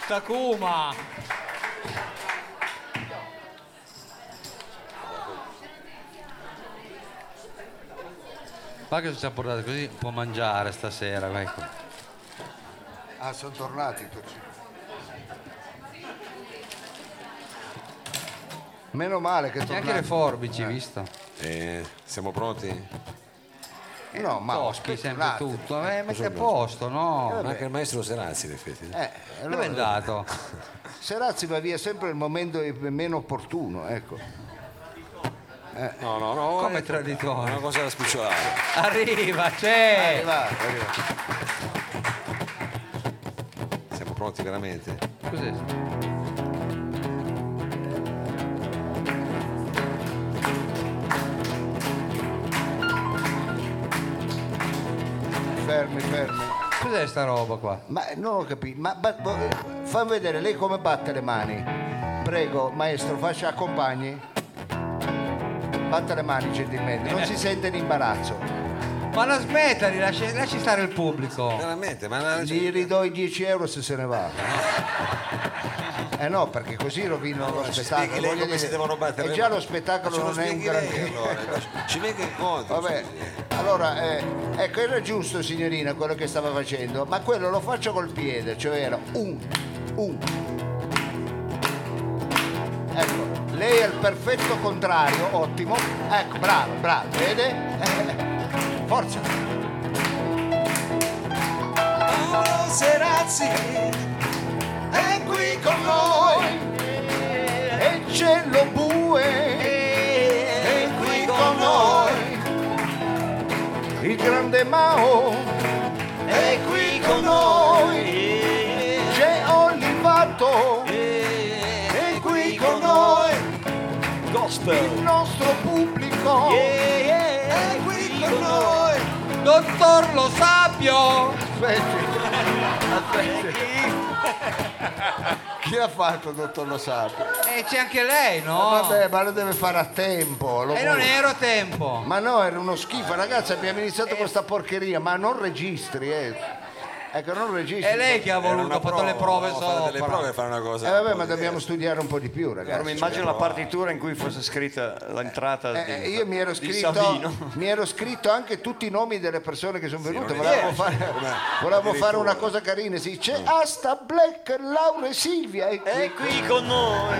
Takuma. Ma che ci ha portato così, può mangiare stasera, ecco. Ah, sono tornati tutti. Meno male che C'è tornati. anche le forbici, visto? Siamo pronti? No, ma Toschi aspetta un sempre attimo. tutto, metti a posto, no? Anche il maestro Serazzi, in effetti. Dove allora, è andato? Serazzi va via sempre il momento meno opportuno, ecco. No, Come è traditore? una cosa da spicciolare. Arriva, c'è! Arrivato. Siamo pronti veramente? Cos'è? Fermi. Cos'è sta roba qua? Ma non ho capito, fammi vedere lei come batte le mani. Prego, maestro, accompagni. Batte le mani gentilmente, non si sente in imbarazzo. Ma la smetta, lasci stare il pubblico. Veramente, ma Gli ridò i 10 euro se se ne va. No, perché così rovino lo ci spettacolo. spieghi lei Voglio come si devono battere e le già mani. lo spettacolo Ce lo non è un spieghi lei, granché. allora. Ci venga incontro. Vabbè, allora, ecco, era giusto signorina quello che stava facendo, ma quello lo faccio col piede, cioè era un. Ecco, lei è il perfetto contrario, ottimo. Ecco, bravo, vede? Forza. Paolo Serazzi È qui con noi, e c'è lo bue, è qui con noi. Il grande Mao è qui con noi, c'è Olivato è qui con noi, il nostro pubblico è qui con noi. Dottor Lo Sapio! Aspetti. Chi ha fatto, dottor Lo Sapio? C'è anche lei, no? Vabbè, ma lo deve fare a tempo. E non ero a tempo. Ma no, era uno schifo, ragazzi, abbiamo iniziato questa porcheria, ma non registri, Ecco, non registri. È lei che ha voluto, ha fatto le prove fare delle sopra. prove e fare una cosa. Vabbè, ma dobbiamo studiare un po' di più, ragazzi. Allora, mi immagino la partitura in cui fosse scritta l'entrata Io mi ero di Savino. scritto anche tutti i nomi delle persone che sono venute. non Volevamo è- volevamo fare una cosa carina. Sì, c'è Asta Black, Laura e Silvia. È qui con noi.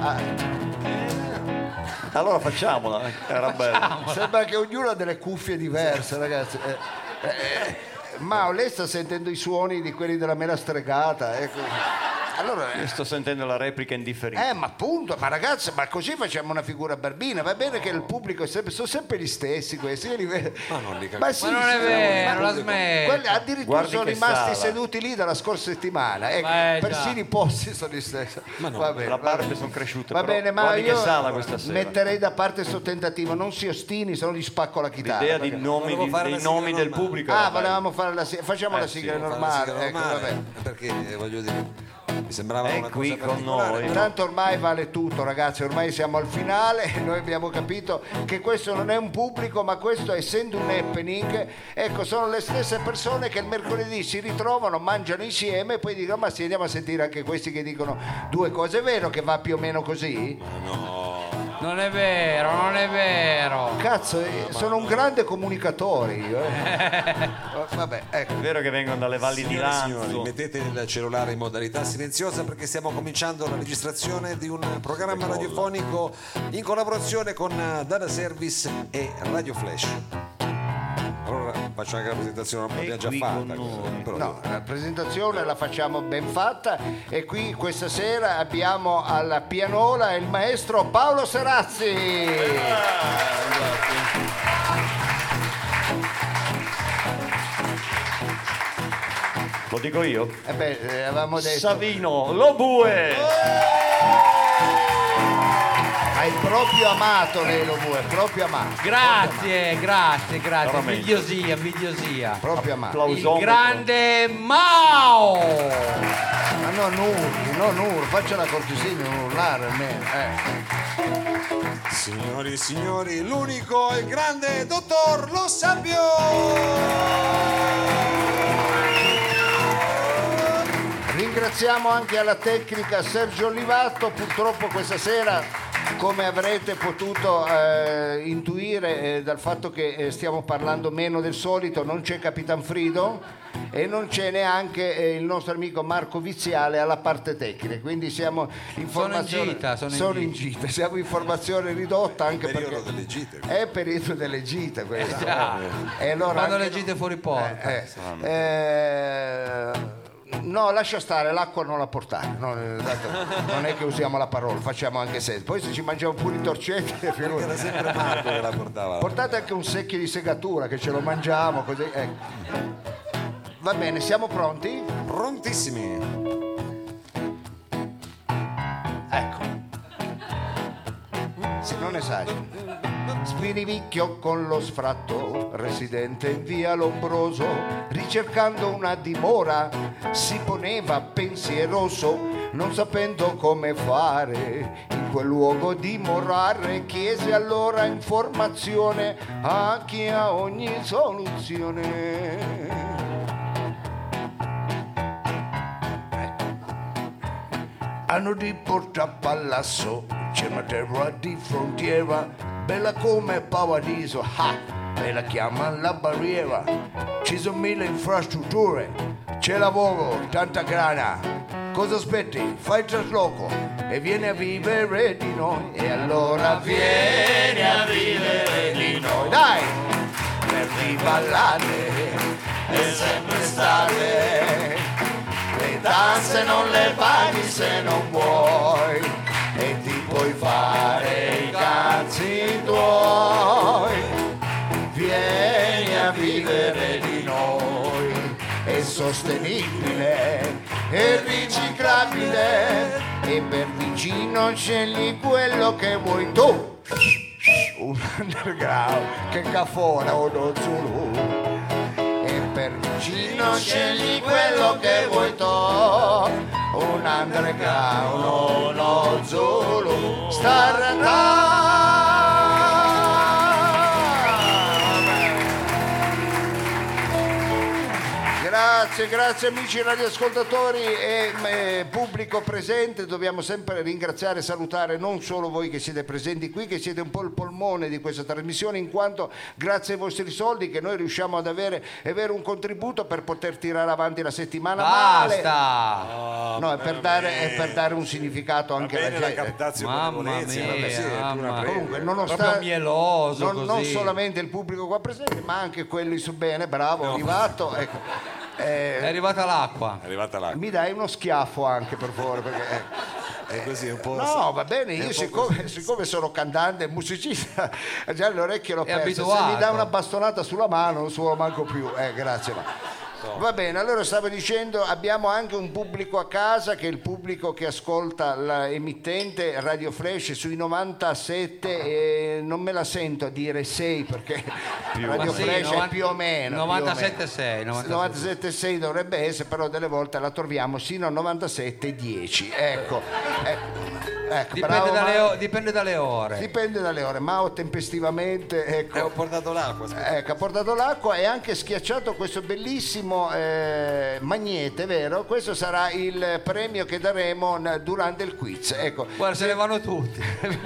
Allora facciamola, era bello. Sembra che ognuno ha delle cuffie diverse, ragazzi. Ma lei sta sentendo i suoni di quelli della mela stregata, ecco. Allora, Io sto sentendo la replica indifferita. ma appunto, ma ragazzi, ma così facciamo una figura barbina. Va bene che il pubblico sono sempre gli stessi questi. Io li vedo. Ma non li Ma sì, Ma non è sì, vero, ma- la smetta. quelli addirittura Guardi sono che rimasti sala. seduti lì dalla scorsa settimana. Ecco, già. persino i posti sono gli stessi. Va bene, La va barbe bene. sono cresciute. Va però bene, ma guardi io che sala questa sera. metterei da parte questo tentativo. Non si ostini, se no gli spacco la chitarra. L'idea perché- dei nomi, Volevo fare dei la sigla nomi del normale. pubblico. era volevamo fare la sigla. Facciamo la sigla Fare la normale. sigla Ecco, normale, vabbè. perché voglio dire, mi sembrava È una qui cosa con particolare. noi. Tanto ormai vale tutto, ragazzi, ormai siamo al finale e noi abbiamo capito che questo non è un pubblico, ma questo, essendo un happening, ecco, sono le stesse persone che il mercoledì si ritrovano, mangiano insieme e poi dicono: ma sì, andiamo a sentire anche questi che dicono due cose. È vero che va più o meno così? Non è vero, non è vero. Cazzo, sono un grande comunicatore io. Vabbè, ecco. È vero che vengono dalle valli di Signore e signori, Lanzo. mettete il cellulare in modalità silenziosa perché stiamo cominciando la registrazione di un programma radiofonico in collaborazione con Data Service e Radio Flash. Allora faccio anche la presentazione, non l'abbiamo già qui fatta. con noi. però- No, la presentazione la facciamo ben fatta e qui questa sera abbiamo alla pianola il maestro Paolo Serazzi. Lo dico io? Avevamo detto. Savino, lo bue. Hai proprio amato lei lo vuoi, proprio amato. Grazie. Veramente. Invidiosia. Proprio amato. Il Applausometro. grande Mao. Ma non urli, faccia la cortesia di non urlare almeno. Signori e signori, l'unico e grande dottor Lo Sapio! Ringraziamo anche alla tecnica Sergio Olivato. Purtroppo questa sera, come avrete potuto intuire dal fatto che stiamo parlando meno del solito, non c'è Capitan Frido e non c'è neanche il nostro amico Marco Viziale alla parte tecnica, quindi siamo in formazione, sono in gita. siamo in formazione ridotta anche periodo perché delle gite. è periodo delle gite questo. E allora Quando anche le gite fuori porta. No, lascia stare, l'acqua non la portare, no, tanto non è che usiamo la parola, facciamo anche senso. Poi se ci mangiamo pure i torcetti, Era sempre Marco che la portava. portate anche un secchio di segatura che ce lo mangiamo così. Ecco. Va bene, siamo pronti? Prontissimi. Ecco. Se non esagero. Spirivicchio con lo sfratto, residente in via Lombroso, ricercando una dimora, si poneva pensieroso, non sapendo come fare in quel luogo dimorare, chiese allora informazione a chi ha ogni soluzione. Hanno di Porta Palazzo, c'è una terra di frontiera, bella come Paradiso, e la chiamano la barriera. Ci sono 1000 infrastrutture, c'è lavoro, tanta grana. Cosa aspetti? Fai il trasloco e vieni a vivere di noi. E allora vieni a vivere di noi. Dai! Per ballare è sempre estate. Le tasse non le paghi se non vuoi e ti puoi fare i cazzi tuoi. Vieni a vivere di noi, è sostenibile, è riciclabile e per vicino scegli quello che vuoi tu. Un underground, che cafona o non solo. Per vicino scegli quello che vuoi tu, un underground o lo Zulu Grazie amici radioascoltatori e pubblico presente. Dobbiamo sempre ringraziare e salutare non solo voi che siete presenti qui, che siete un po' il polmone di questa trasmissione, in quanto grazie ai vostri soldi che noi riusciamo ad avere un contributo per poter tirare avanti la settimana. Basta! No, è per dare un significato anche alla Bene la gente. captazione Mamma Venezia, vabbè, sì, è più una mia, prega. Comunque, proprio mieloso non così. solamente il pubblico qua presente, ma anche quelli su bene, bravo, è arrivato. Ecco. È arrivata l'acqua. È arrivata là. Mi dai uno schiaffo anche per favore perché È così un po'. no, va bene, io siccome sono cantante e musicista già le orecchie l'ho perse. Se abituato. mi dai una bastonata sulla mano non suono manco più, grazie. Va bene, allora stavo dicendo, abbiamo anche un pubblico a casa che è il pubblico che ascolta l'emittente Radio Flash sui 97 e non me la sento a dire 6 perché Radio Ma sì, Flash è più o meno 97,6 97,6 dovrebbe essere, però delle volte la troviamo sino a 97,10. Ecco, bravo, dipende dalle ore. dipende dalle ore. Mao tempestivamente, ecco. Ho portato l'acqua. Ecco, ha portato l'acqua e anche schiacciato questo bellissimo magnete, vero? Questo sarà il premio che daremo durante il quiz. Ecco. Guarda, se ne vanno tutti.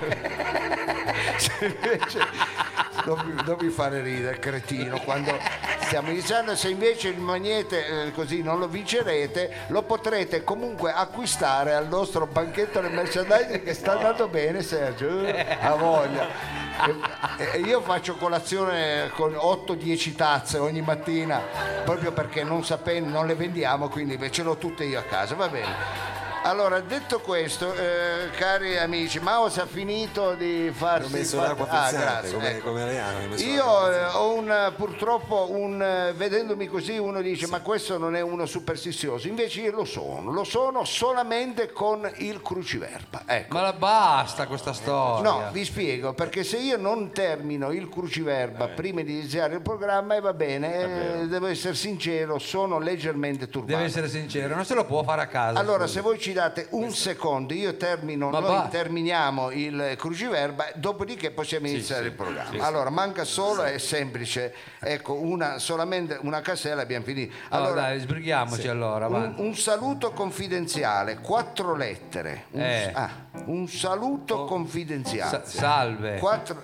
Se invece, non mi fare ridere, cretino, quando stiamo iniziando. Se invece il magnete così non lo vincerete, lo potrete comunque acquistare al nostro banchetto del merchandising che sta andando bene, Sergio, ha voglia. E io faccio colazione con 8-10 tazze ogni mattina proprio perché non le vendiamo, quindi ce l'ho tutte io a casa, va bene. Allora, detto questo, cari amici, Mao si è finito di farsi... Ho messo l'acqua frizzante, grazie. come Leano. Io ho purtroppo vedendomi così uno dice ma questo non è uno superstizioso, invece io lo sono solamente con il cruciverba, ecco. Ma basta questa storia. No, vi spiego, perché se io non termino il cruciverba prima di iniziare il programma, va bene, devo essere sincero, sono leggermente turbato. Deve essere sincero, non se lo può fare a casa. Allora, scusa. se voi ci ci date un secondo, io termino, Ma noi va. terminiamo il cruciverba, dopodiché possiamo iniziare il programma. Allora, manca solo, è semplice, ecco, solamente una casella, abbiamo finito. Allora, Allora, dai, sbrighiamoci allora. un saluto confidenziale, 4 lettere. Un saluto confidenziale. Salve.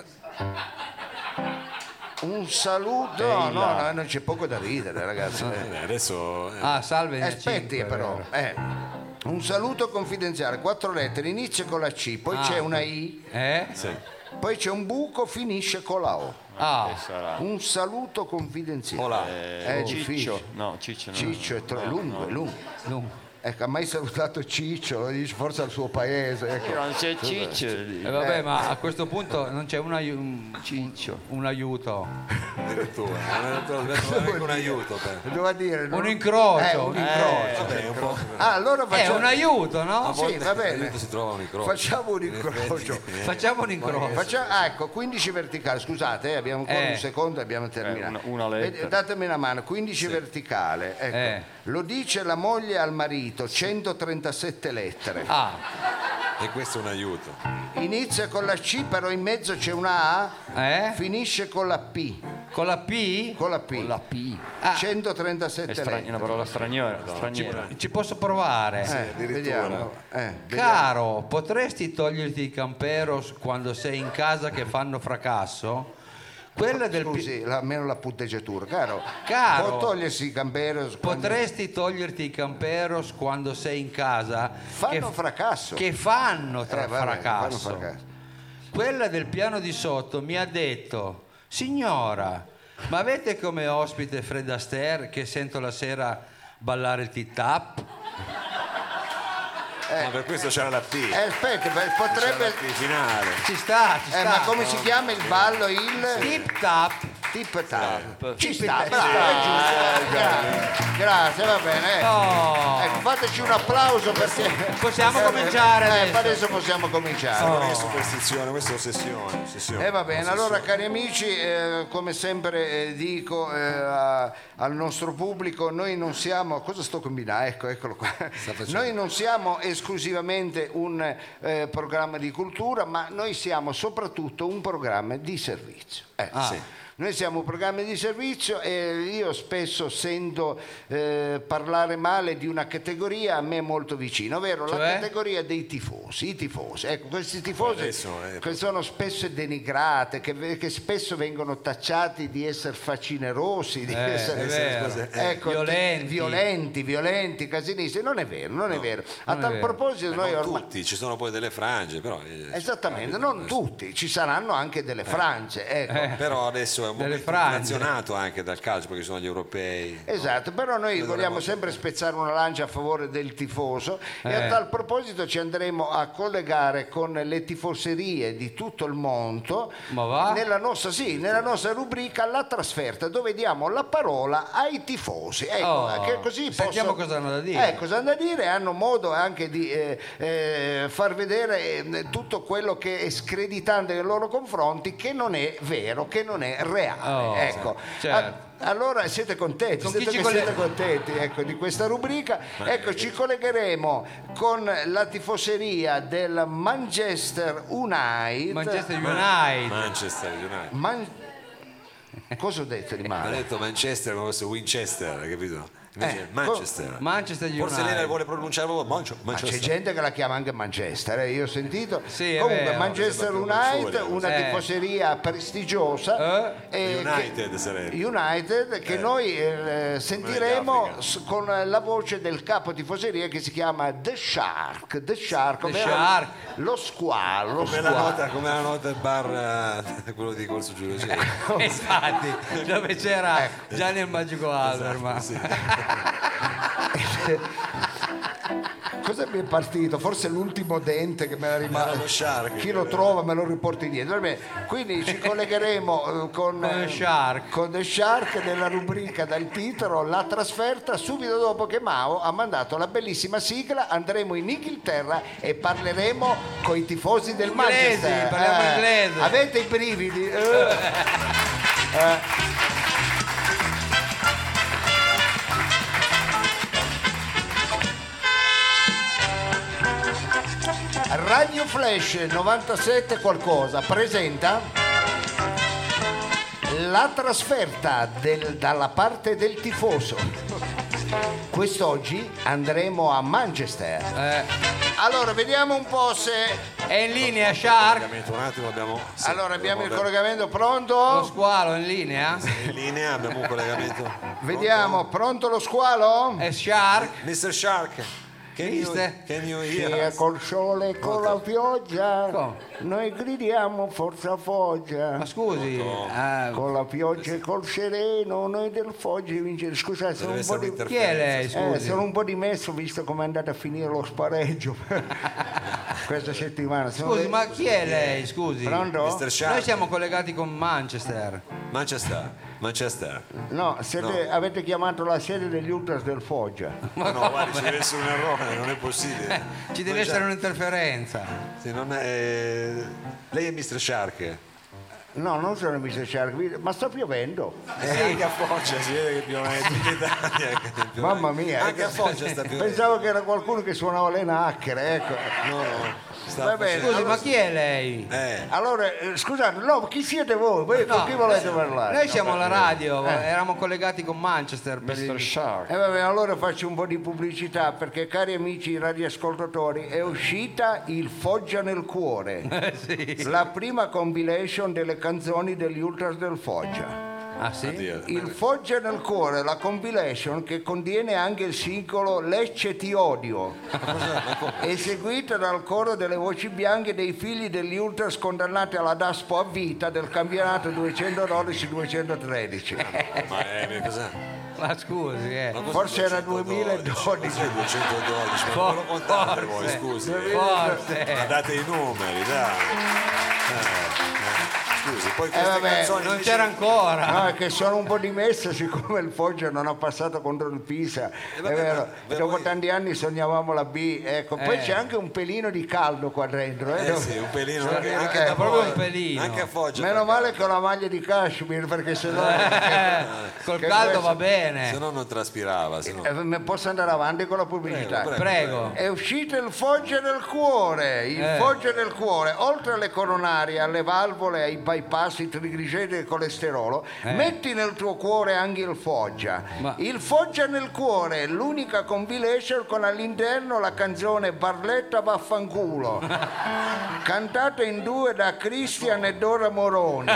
Un saluto, no, non c'è poco da ridere, ragazzi. Adesso Salve. Aspetti, cinque, però. vero. Un saluto confidenziale, 4 lettere, inizia con la C, poi c'è una I, sì. poi c'è un buco, finisce con la O. Sarà. Un saluto confidenziale. È Ciccio. difficile. No, Ciccio no. Ciccio è lungo, è lungo. Lungo. Ecco, ha mai salutato Ciccio? Lo dice forse al suo paese. Ecco. Non c'è Ciccio. Vabbè, ma a questo punto non c'è Ciccio. un aiuto. Addirittura anche un aiuto Doveva dire Un incrocio. un incrocio. vabbè, un po'. Allora È facciamo un aiuto, no? Sì, va bene. L'aiuto si trova un incrocio. Facciamo un incrocio. Facciamo un incrocio. Ecco, 15 verticale, scusate, abbiamo ancora un secondo e abbiamo terminato. una lettera. Datemi una mano, 15 verticale. Ecco. Lo dice la moglie al marito, 137 lettere. E questo è un aiuto. Inizia con la C, però in mezzo c'è una A, finisce con la P. Con la P? Con la P. Con la P. 137 È lettere. una parola straniera. Ci posso provare? Vediamo. Vediamo. Caro, potresti toglierti i camperos quando sei in casa che fanno fracasso? Quella del Scusi, almeno la punteggiatura, caro. Caro. Può togliersi i camperos Potresti toglierti i camperos quando sei in casa fanno fracasso. che fanno Vabbè, fracasso. fanno fracasso. Quella del piano di sotto mi ha detto: signora, ma avete come ospite Fred Astaire che sento la sera ballare il tit-tap? Ma per questo c'era la P. Aspetta, C'era potrebbe. la P finale. Ci sta. Ma come si chiama il ballo? Il Tip-tap. tip tap. Ci Tip sta, tap. bravo, è giusto. Grazie, va bene. Oh. Ecco, fateci un applauso perché. Possiamo cominciare adesso. Adesso possiamo cominciare. Non è superstizione, questa è ossessione. Va bene, allora cari amici, come sempre dico al nostro pubblico, noi non siamo, cosa sto combinando? Ecco, eccolo qua. Noi non siamo esclusivamente un programma di cultura, ma noi siamo soprattutto un programma di servizio. Sì. Noi siamo un programma di servizio e io spesso sento parlare male di una categoria a me molto vicina, ovvero la categoria dei tifosi. I tifosi, ecco, questi tifosi che sono spesso denigrate, che spesso vengono tacciati di essere facinerosi, di essere ecco, violenti, casinisti. Non è vero, non è vero. A tal proposito noi non ormai... tutti, ci sono poi delle frange, però Esattamente, non tutti, ci saranno anche delle frange, ecco. però adesso è un momento inflazionato anche dal calcio perché ci sono gli europei. Esatto, però noi vogliamo sempre spezzare una lancia a favore del tifoso e a tal proposito ci andremo a collegare con le tifoserie di tutto il mondo nella nostra rubrica La Trasferta, dove diamo la parola ai tifosi. Ecco, che così sentiamo cosa hanno da dire. Cosa hanno da dire, hanno modo anche di far vedere tutto quello che è screditante nei loro confronti, che non è vero, che non è reale. Ecco. Certo. Allora siete contenti? Siete contenti di questa rubrica? Ecco, ci collegheremo con la tifoseria del Manchester United. Manchester United. Cosa ho detto di male? Ha detto Manchester come fosse Winchester, capito? Invece Manchester United. Forse lei la vuole pronunciare proprio Ma c'è gente che la chiama anche Manchester, io ho sentito. Sì, comunque vero. Manchester United, una tifoseria prestigiosa, United, che noi sentiremo con la voce del capo tifoseria che si chiama The Shark, lo squalo. Come la nota del bar, quello di Corso Giulio Cesare. Infatti, dove c'era Gianni il Magico Alberman. Cosa mi è partito? Forse l'ultimo dente che me l'ha rimasto. Chi lo trova me lo riporta indietro. Quindi ci collegheremo con The Shark nella rubrica dal titolo La Trasferta, subito dopo che Mao ha mandato la bellissima sigla. Andremo in Inghilterra e parleremo con i tifosi del Manchester. Parliamo inglese. Avete i brividi? Radio Flash 97 qualcosa presenta la trasferta dalla parte del tifoso. Quest'oggi andremo a Manchester. Allora, vediamo un po' se... È in linea, Shark? Un attimo abbiamo... sì, Allora, abbiamo il dobbiamo collegamento Lo pronto? squalo è in linea? in linea, abbiamo un collegamento. Vediamo, pronto lo squalo? È Shark? Mr. Shark, can you Sia hear us? col sole e con la pioggia, Come? noi gridiamo forza Foggia. Ma scusi, Con la pioggia e col sereno, noi del Foggia vincere. Scusate, sono Deve un po' essere di... un'interferenza. chi è lei, scusi? sono un po' dimesso visto come è andato a finire lo spareggio questa settimana. Sono Scusi, le- ma chi è lei, scusi? Pronto? Mr. Shark, Noi siamo collegati con Manchester. Manchester. No, avete chiamato la sede degli Ultras del Foggia. No, guardi, ci deve essere un errore, non è possibile. Ci deve essere un'interferenza. Sì, non è... Lei è Mr. Shark? No, non sono Mr. Shark, ma sta piovendo. Anche a Foggia si vede che piove in tutta Italia. Mamma mia, Anche a Foggia sta piovendo. pensavo che era qualcuno che suonava le nacchere, ecco. No. Va bene, Scusi, allora- ma chi è lei? Allora, scusate, no, chi siete voi? Voi con chi volete parlare? Noi siamo alla radio, eravamo collegati con Manchester per Mr. il... Shark. Vabbè, allora faccio un po' di pubblicità perché, cari amici radioascoltatori, è uscita il Foggia nel cuore, la prima compilation delle canzoni degli Ultras del Foggia. Ah sì? Il Foggia nel cuore, la compilation che contiene anche il singolo Lecce ti odio, eseguita dal coro delle voci bianche dei figli degli Ultras condannati alla DASPO a vita del campionato 212-213. Cos'è? Ma scusi, Forse era 2012. 212, ma non lo contate voi, scusi. forse. Ma date i numeri, dai. Scusi, poi queste vabbè, canzoni Non invece- c'era ancora. No, è che sono un po' dimesso siccome il Foggia non ha passato contro il Pisa, è vabbè, vero. ma Dopo voi- tanti anni sognavamo la B, ecco. Poi c'è anche un pelino di caldo qua dentro. Sì, un pelino, anche da proprio voi. un pelino. Anche a Foggia. Meno male che ho la maglia di Kashmir perché se no... Col che caldo questo- va bene. Se no non traspirava, se no. Posso andare avanti con la pubblicità? Prego. È uscito il Foggia nel cuore, il Foggia nel cuore, oltre alle coronarie, alle valvole, ai bypass, ai trigliceridi e colesterolo, metti nel tuo cuore anche il Foggia. Ma- Il Foggia nel cuore, l'unica compilation con all'interno la canzone Barletta vaffanculo, cantata in due da Cristian e Dora Moroni.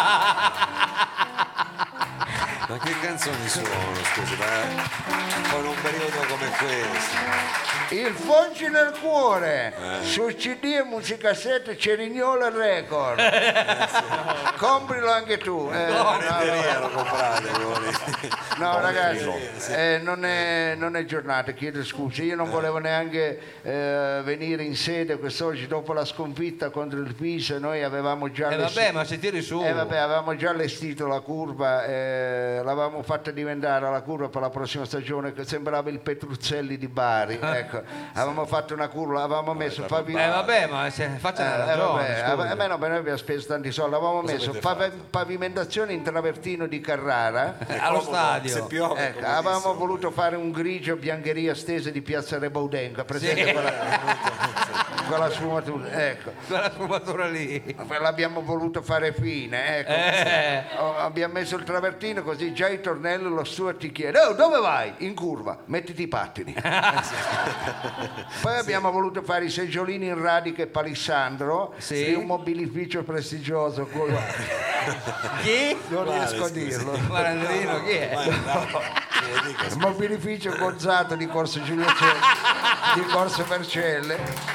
Ma che canzoni sono, scusi, ma poi in un periodo come questo. Il Foggia nel cuore, su CD e musicassette Cerignola Record. Comprilo anche tu. Panetteria lo comprate voi. No ragazzi, non è giornata, chiedo scusa, io non volevo neanche venire in sede quest'oggi dopo la sconfitta contro il Pisa, noi avevamo già Vabbè, ma se tiri su. avevamo già allestito la curva, l'avevamo fatta diventare la curva per la prossima stagione che sembrava il Petruzzelli di Bari, ecco. Avevamo fatto una curva, avevamo messo pavimento. Vabbè, ma faccia una ragione. Vabbè, noi abbiamo speso tanti soldi, avevamo messo pavimentazione in travertino di Carrara. Allo stadio. Se piove, Ecco, avevamo voluto fare un grigio biancheria stesa di Piazza Rebaudenga, presente quella sfumatura, ecco. Quella sfumatura lì. L'abbiamo voluto fare fine, ecco. Abbiamo messo il travertino così già il tornello lo Stuart ti chiede: "Oh, dove vai?" "In curva, mettiti i pattini." Poi abbiamo voluto fare i seggiolini in radica e palissandro di un mobilificio prestigioso. Chi? Non riesco a dirlo. Malandrino, chi è? Il mobilificio Gonzato di Corso Giulio di Corso Vercelle.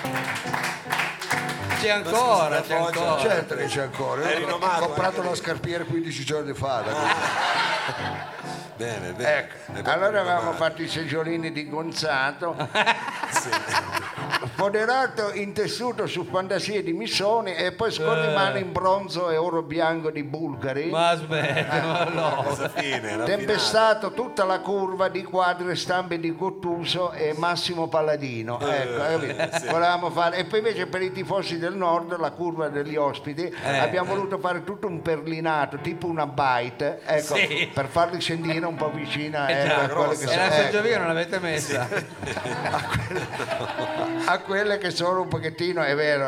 C'è ancora, c'è ancora. Certo che c'è ancora. È Io ho rinomato comprato anche la scarpiera 15 giorni fa. Bene. Ecco, allora avevamo fatto i seggiolini di Gonzato, foderato in tessuto su fantasie di Missoni e poi scorrimano in bronzo e oro bianco di Bulgari. Ma aspetta, ma no. Cosa fine, la Tempestato tutta la curva di quadri e stampe di Gottuso e Massimo Palladino. Ecco, capito? Volevamo fare. E poi invece per i tifosi del nord, la curva degli ospiti, abbiamo voluto fare tutto un perlinato, tipo una bite, ecco, per farli sentire un po' vicina a quello che E la sono. seggiovia non l'avete messa? a quelle che sono un pochettino, è vero,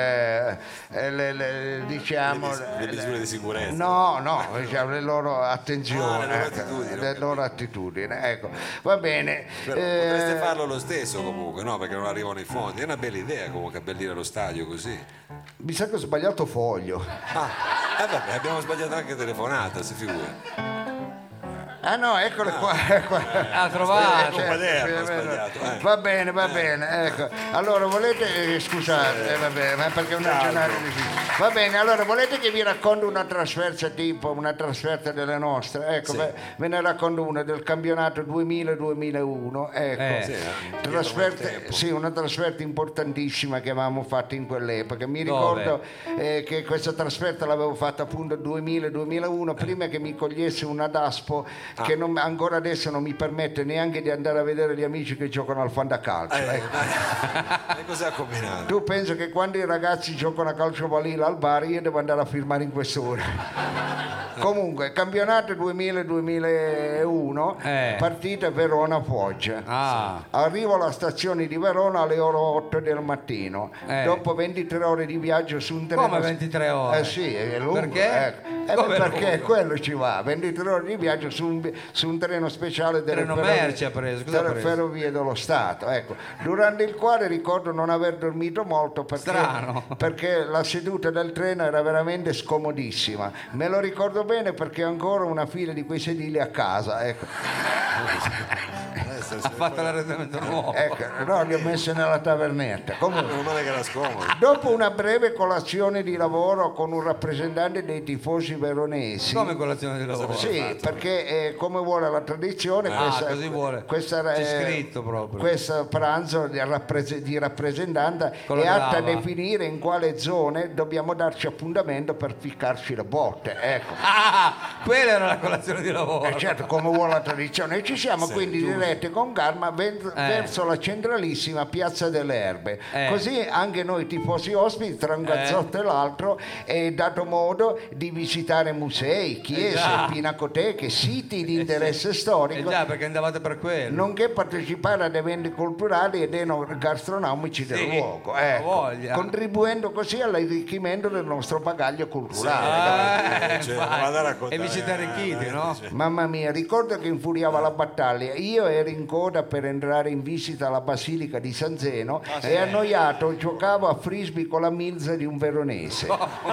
diciamo le misure di sicurezza. no, diciamo, le loro attenzioni, le loro attitudini, le loro attitudini, ecco, va bene. Però potreste farlo lo stesso comunque, no? Perché non arrivano i fondi. È una bella idea comunque abbellire lo stadio così. Mi sa che ho sbagliato foglio. Vabbè, abbiamo sbagliato anche telefonata, si figura. Ah no, eccole qua. Ha trovato. Quaderno, sbagliato. Va bene, ecco. Allora volete, scusate, vabbè, ma perché è un giornale difficile. Va bene, allora volete che vi racconto una trasferta tipo, una trasferta delle nostre? Ecco, Sì. ve ne racconto una del campionato 2000-2001. Ecco. Sì, una trasferta importantissima che avevamo fatto in quell'epoca. Mi ricordo che questa trasferta l'avevo fatta appunto 2000-2001, prima che mi cogliesse una Daspo che ancora adesso non mi permette neanche di andare a vedere gli amici che giocano al fantacalcio. Ecco. E cosa ha combinato? Tu pensi che quando i ragazzi giocano a calcio balilla al bar io devo andare a firmare in quest'ora? Comunque, campionato 2000-2001, partita Verona-Foggia. Arrivo alla stazione di Verona alle ore 8 del mattino, dopo 23 ore di viaggio su un treno. Come 23 ore? Sì, è lungo. Perché? Perché quello ci va, 23 ore di viaggio su un treno speciale delle Treno merci ha preso, cosa ha preso? Ferrovie dello Stato, ecco. Durante il quale ricordo non aver dormito molto perché la seduta del treno era veramente scomodissima. Me lo ricordo bene perché ho ancora una fila di quei sedili a casa, ecco. Ha fatto l'arredamento nuovo. Ecco, no, li ho messi nella tavernetta. Comunque, Non male che era scomodo. dopo una breve colazione di lavoro con un rappresentante dei tifosi veronesi. Come colazione di lavoro? Sì, perché come vuole la tradizione, così vuole. C'è scritto proprio. Questo pranzo di rappresentanza Con la è atta a grava. definire in quale zone dobbiamo darci appuntamento per ficcarci le botte. Ecco. Quella era la colazione di lavoro. Certo, come vuole la tradizione. E ci siamo quindi diretti con calma verso la centralissima Piazza delle Erbe. Così anche noi tifosi ospiti, tra un gazzotto e l'altro, è dato modo di visitare musei, chiese, pinacoteche, siti di interesse storico. Già, perché andavate per quello. Nonché partecipare ad eventi culturali ed enogastronomici del luogo, ecco, voglia. contribuendo così all'arricchimento del nostro bagaglio culturale. E vi siete arricchiti, no? Mamma mia, ricordo che infuriava la battaglia. Io ero in coda per entrare in visita alla Basilica di San Zeno e annoiato giocavo a frisbee con la milza di un veronese.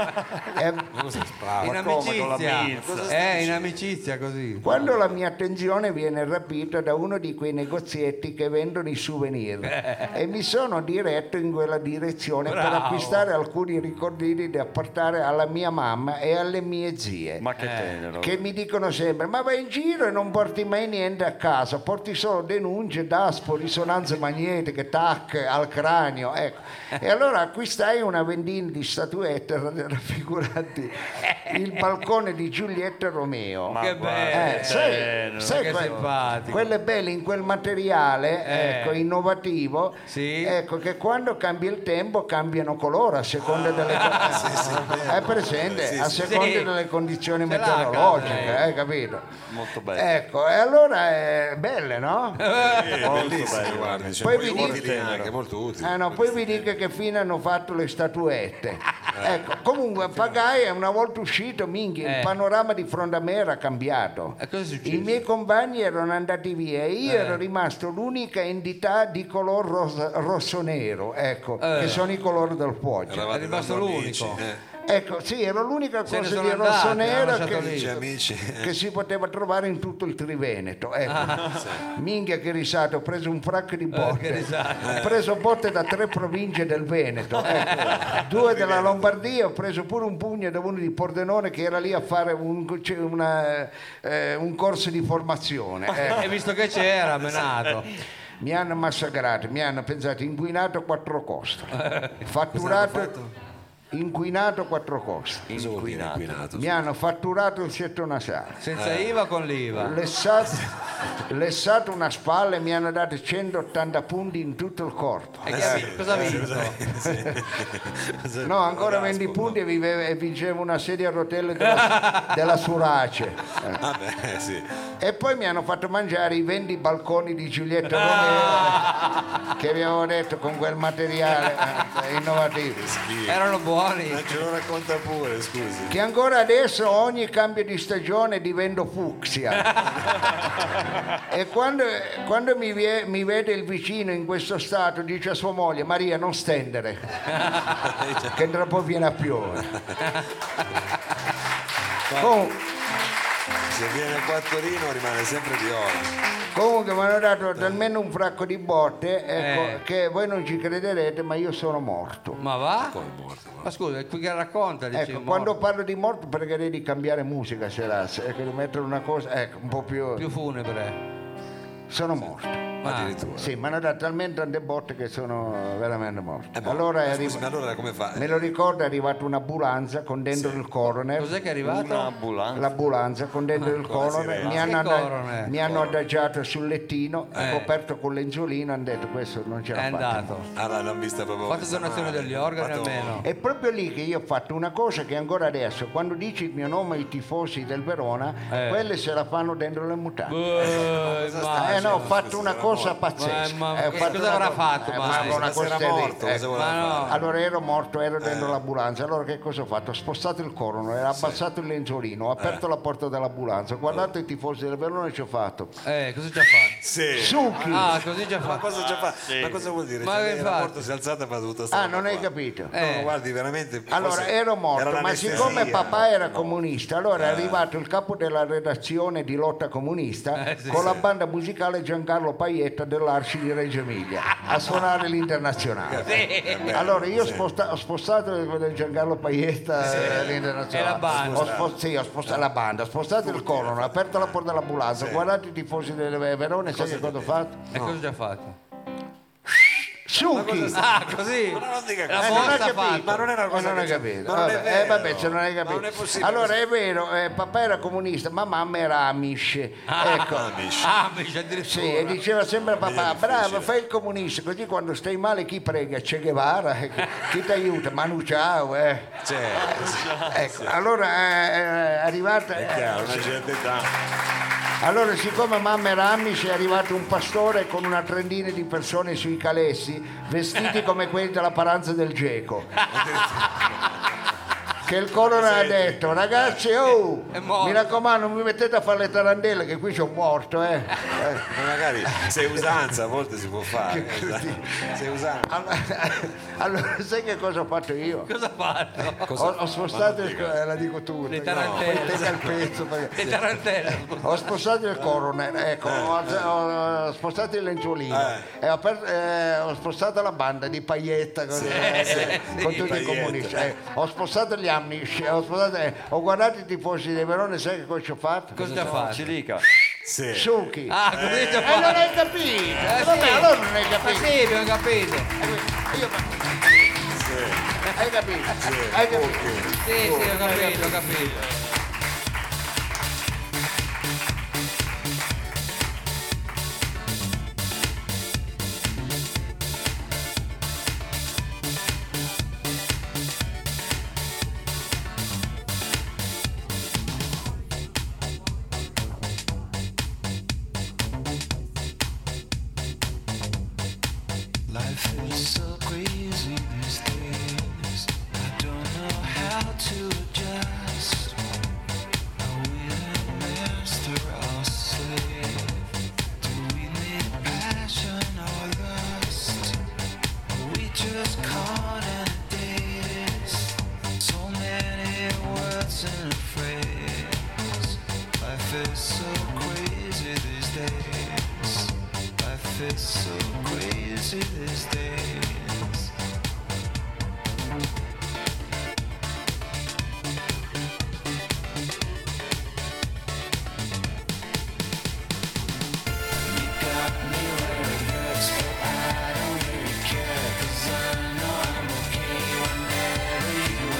In amicizia. In amicizia così. Quando la mia attenzione viene rapita da uno di quei negozietti che vendono i souvenir e mi sono diretto in quella direzione per acquistare alcuni ricordini da portare alla mia mamma e alle mie zie, Ma che tenero. che mi dicono sempre: ma vai in giro e non porti mai niente a casa, porti solo denunce, daspo, risonanze magnetiche, tac al cranio, ecco. E allora acquistai una vendina di statuette raffiguranti il balcone di Giulietta Romeo. Che bello. Sai Che simpatico. quelle belle in quel materiale, ecco, innovativo, Sì. ecco, che quando cambia il tempo cambiano colore a seconda delle è presente, a seconda delle condizioni Ce l'ha, meteorologiche, hai capito? Molto bello. Ecco, e allora è belle, no? Bellissimo, guardi, cioè, Poi poi vi utili anche, molto utili. Poi vi dico che fine hanno fatto le statuette. Ecco, comunque pagai e una volta uscito, minchia, il panorama di fronte a me era cambiato. E cosa è successo? I miei compagni erano andati via e io ero rimasto l'unica entità di color rosso-nero, ecco, che sono i colori del Foggia. È rimasto l'unico. Ecco, sì, ero l'unica Se ne cosa sono di andati, rosso-nero hanno lasciato lì. Amici. che si poteva trovare in tutto il Triveneto, ecco. Minchia che risate, ho preso un fracco di botte, ho preso botte da 3 province del Veneto, ecco. 2 della Lombardia, ho preso pure un pugno da uno di Pordenone che era lì a fare un corso di formazione, ecco. E visto che c'era, menato. Mi hanno massacrato, mi hanno pensato inquinato 4 costo, fatturato inquinato 4 costi. Cosa vuol dire inquinato? Mi hanno fatturato il setto nasale, Senza IVA o con l'IVA? lessato una spalla e mi hanno dato 180 punti in tutto il corpo. E cosa ha vinto? No, ancora 20 punti e vincevo una sedia a rotelle della Surace. Vabbè, sì. E poi mi hanno fatto mangiare i 20 balconi di Giulietto Romero che vi avevo detto con quel materiale innovativo. Erano buoni. Ma ce lo racconta pure, scusi. Che ancora adesso ogni cambio di stagione divento fucsia. E quando mi vede il vicino in questo stato dice a sua moglie: Maria, non stendere che tra poco viene a piovere. Se viene qua a Torino rimane sempre viola. Comunque mi hanno dato talmente un fracco di botte, ecco, che voi non ci crederete, ma io sono morto. Ma va? Come è morto? Ma scusa, è qui che racconta, dici, Ecco, quando parlo di morto pregherei di cambiare musica, se ecco, di mettere una cosa, ecco, un po' più... più funebre. Sono morto. Addirittura. Sì, mi hanno dato talmente tante botte che sono veramente morto. Ma Allora, scusi, ma allora come fa? me lo ricordo, è arrivata un'ambulanza con dentro il coroner. Cos'è che è arrivato? Un'ambulanza. L'ambulanza con dentro il coroner, mi hanno adagiato sul lettino, coperto con l'enzolino, hanno detto questo non ce l'ha È fatta. andato. Ah, l'hanno vista proprio. Fatto donazione degli organi Fatto- almeno. È proprio lì che io ho fatto una cosa che ancora adesso, quando dici il mio nome ai tifosi del Verona, quelle se la fanno dentro le mutande. No, ho fatto una cosa pazzesca. Ma Ho che fatto cosa avrà fatto ma mai? una Ma se era cosa morto, lì, cosa voleva Ma no. fare? Allora ero morto, ero dentro l'ambulanza. Allora che cosa ho fatto? Ho spostato il coroner, ho abbassato il lenzolino, ho aperto la porta dell'ambulanza, ho guardato i tifosi del Verona e ci ho fatto Cosa ci ha fatto? Sì. Succhi! Ah, così ci ha Ma fatto. cosa ci fa? Ma cosa vuol dire? Ma Cioè, che lei era fa? morto, si è alzata e fa tutta sta Ah, roba non hai qua. capito? No, guardi, veramente. Allora forse ero morto, era ma l'anestesia. siccome papà era comunista, allora è arrivato il capo della redazione di lotta comunista con la banda musicale Giancarlo Paietta dell'Arci di Reggio Emilia a suonare l'internazionale. Allora io ho spostato del Giancarlo Paietta l'internazionale. E la banda. Ho spostato la banda, ho spostato il coroner, ho aperto la porta dell'ambulanza, ho guardato i tifosi del Verona, sai che cosa ho fatto? E cosa ci ha fatto? Succhi! Ah, così? Ma non dica La così. non hai mossa capito. fatta. Ma non è una cosa non hai che- capito. ma non è Vabbè, vero. vabbè, se non hai capito. Non è possibile. Allora è vero, papà era comunista, ma mamma era Amish. Ecco. Amici. Amici addirittura. Sì, e diceva sempre a papà, bravo, fai il comunista, così quando stai male chi prega? Che Guevara, chi ti aiuta? Manu Ciao, Certo, sì. Ecco, allora è arrivata... È chiaro, una certa età. Allora, siccome mamma era Amish, è arrivato un pastore con una trentina di persone sui calessi, vestiti come quelli della paranza del Geco. Che il coroner ha detto, ragazzi, oh, È morto. mi raccomando, non mi mettete a fare le tarantelle che qui c'è un morto, Ma magari se è usanza a volte si può fare. Se è usanza. Allora, sai che cosa ho fatto io? Cosa ha fatto? Ho spostato la dico tutta. Le tarantelle. Poi tenga il pezzo. Le tarantelle. Ho spostato il coroner, ecco, ho spostato il lenzuolino e ho spostato la banda di Paietta con tutti i Paietta. comunisti. Ho spostato gli Amish, ho guardato i tifosi dei Verona e sai che cosa ci ho fatto? Cosa ci ha fatto? Ci dica. Sì. Succhi. Ah, così ci ha Non fatto? hai capito? Vabbè, sì. allora non hai Ma capito. sì, abbiamo capito. Hai capito? Hai capito? Sì, ho capito, ho capito. Life is so crazy these days. I don't know how to adjust. Are we the master or slave? Do we need passion or lust? Are we just caught in a daze? So many words in a phrase. Life is so crazy these days. Life is so crazy these days. You got me where it hurts, but I don't really care, 'cause I know I'm okay whenever you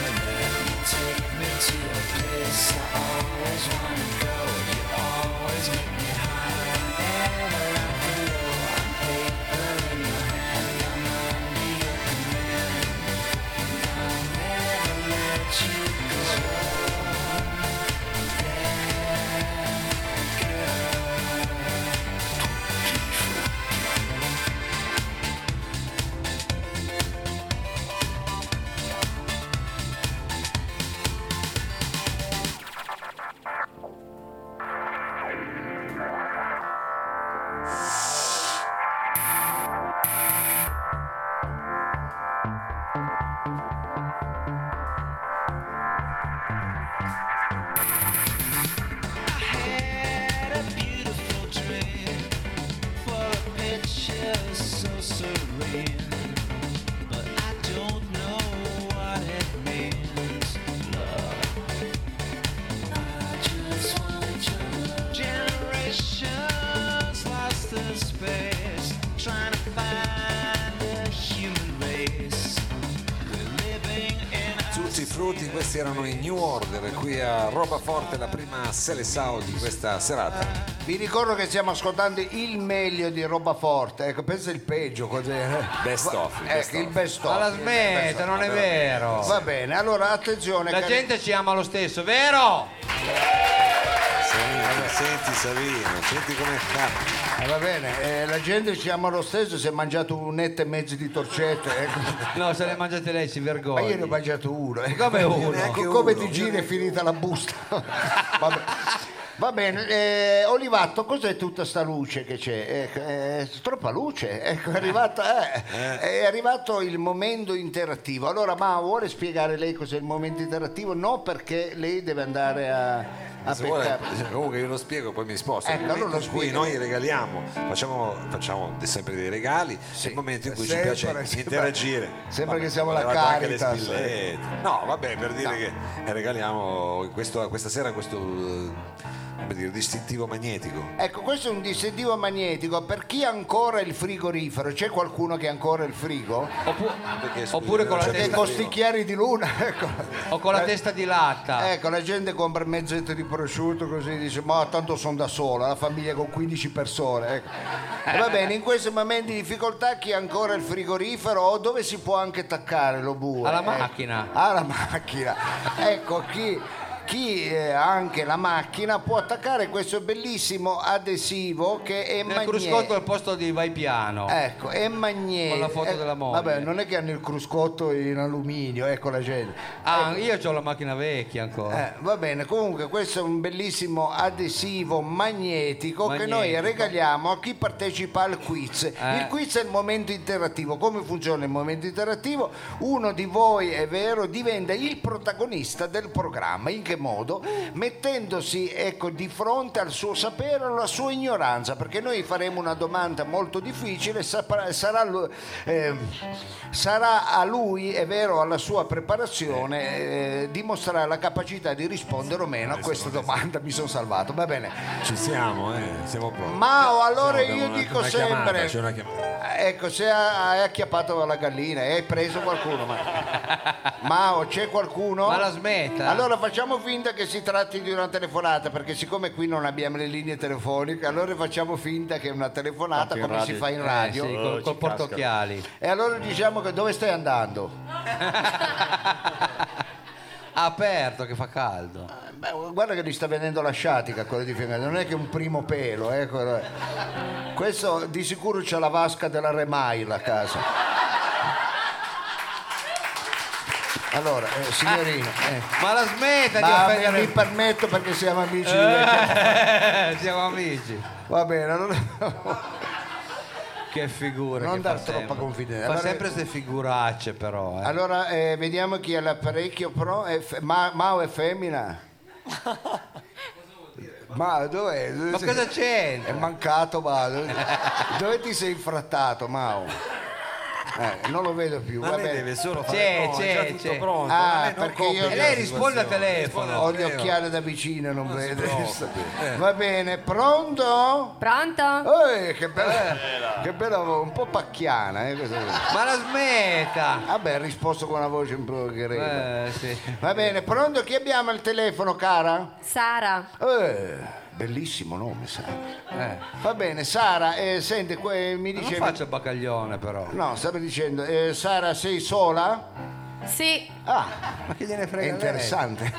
feels so serene, but I don't know what it means. Love, I just want your love. Generations lost in space, trying to find a human race. We're living in a Tutti i frutti, questi erano i New Order qui a Roba Forte, la prima Seleção di questa serata. Vi ricordo che stiamo ascoltando il meglio di Roba Forte, ecco, pensa il peggio cos'è. Best of, il best Ecco, il of. best Ma la of. smetta, non è vero. Va bene, allora attenzione. La gente ci ama lo stesso, vero? Senti Savino, senti come cambia. Va bene, la gente ci ama lo stesso, si è mangiato un etto e mezzo di torcette, ecco. No, se le mangiate lei si vergogna. Ma io ne ho mangiato uno. Ecco. Come uno? Neanche Come uno. ti giri è finita la busta. Vabbè. Va bene, Olivatto, cos'è tutta sta luce che c'è? È troppa luce, ecco, è arrivato il momento interattivo. Allora, ma vuole spiegare lei cos'è il momento interattivo? No, perché lei deve andare a Se vuole, peccare. comunque io lo spiego e poi mi sposto. Ecco, Nel momento allora lo in cui spiega. noi regaliamo, facciamo sempre dei regali, è il momento in cui ci Sempre, piace sempre. interagire. Sembra che siamo la avevate anche le Caritas. spillette. No, vabbè, per dire che regaliamo questa sera questo come dire, distintivo magnetico. Ecco, questo è un distintivo magnetico per chi ha ancora il frigorifero. C'è qualcuno che ha ancora il frigo? Perché, scusi, Oppure con la non c'è Perché testa con di- sti chiari di luna, ecco. O con la testa di latta. Ecco, la gente compra mezzetto di prosciutto così dice ma tanto sono da sola, la famiglia con 15 persone. Ecco. E va bene, in questi momenti di difficoltà chi ha ancora il frigorifero o dove si può anche attaccare lo bue? Alla ecco. macchina. Alla macchina. Ecco, chi ha anche la macchina può attaccare questo bellissimo adesivo che è Nel cruscotto al posto di vai piano. Ecco, è magnetico. Con la foto della moglie. Vabbè, non è che hanno il cruscotto in alluminio, ecco la gente. Ah, io ho la macchina vecchia ancora. Va bene, comunque questo è un bellissimo adesivo magnetico che noi Magnetico. regaliamo a chi partecipa al quiz. Il quiz è il momento interattivo. Come funziona il momento interattivo? Uno di voi, è vero, diventa il protagonista del programma. In che modo? Mettendosi, ecco, di fronte al suo sapere o alla sua ignoranza, perché noi faremo una domanda molto difficile, sarà a lui, è vero, alla sua preparazione dimostrare la capacità di rispondere o meno a questa domanda. Mi sono salvato, va bene. Ci siamo pronti. Mao, allora Siamo io con dico una chiamata, sempre, c'è una chiamata. ecco, se hai acchiappato la gallina e hai preso qualcuno, Mao, c'è qualcuno? Ma la smetta. Allora facciamo finta che si tratti di una telefonata, perché siccome qui non abbiamo le linee telefoniche, allora facciamo finta che è una telefonata Anche in come si radio. fa in radio. Sì, Oh, col ci portocchiali. E allora diciamo che dove stai andando? Aperto che fa caldo. Beh, guarda che gli sta venendo la sciatica quello di fianco, non è che un primo pelo, ecco. Questo di sicuro c'ha la vasca della Remail a casa. Allora, signorino, Ma la smetta di ma mi offendere. permetto perché siamo amici. Siamo amici. Va bene, allora Che figura. non che dar fa troppa sempre. confidenza. Fa Allora- sempre queste figuracce però. Allora, vediamo chi ha l'apparecchio pro. Mao è femmina? Ma dov'è? Ma cosa c'entra? È mancato, ma dove ti sei infrattato, Mao? Non lo vedo più, Ma va lei bene. deve solo fare C'è, no, è già tutto c'è. pronto. Ah, ma lei non perché io- complica E la lei risponde al situazione. telefono. Ho gli Risponde al occhiali da vicino e non vedo. preoccupi. Va bene, pronto? Pronto? Che bella, un po' pacchiana. Questa. Ma la smetta. Vabbè, ha risposto con una voce un po' greve. Sì. Va bene, pronto? Chi abbiamo al telefono, cara? Sara. Bellissimo nome, Sara. Va bene, Sara, senti, mi Non dicevi... faccio il baccaglione però. No, stavo dicendo, Sara, sei sola? Sì. Ah, Ma che gliene è frega? interessante.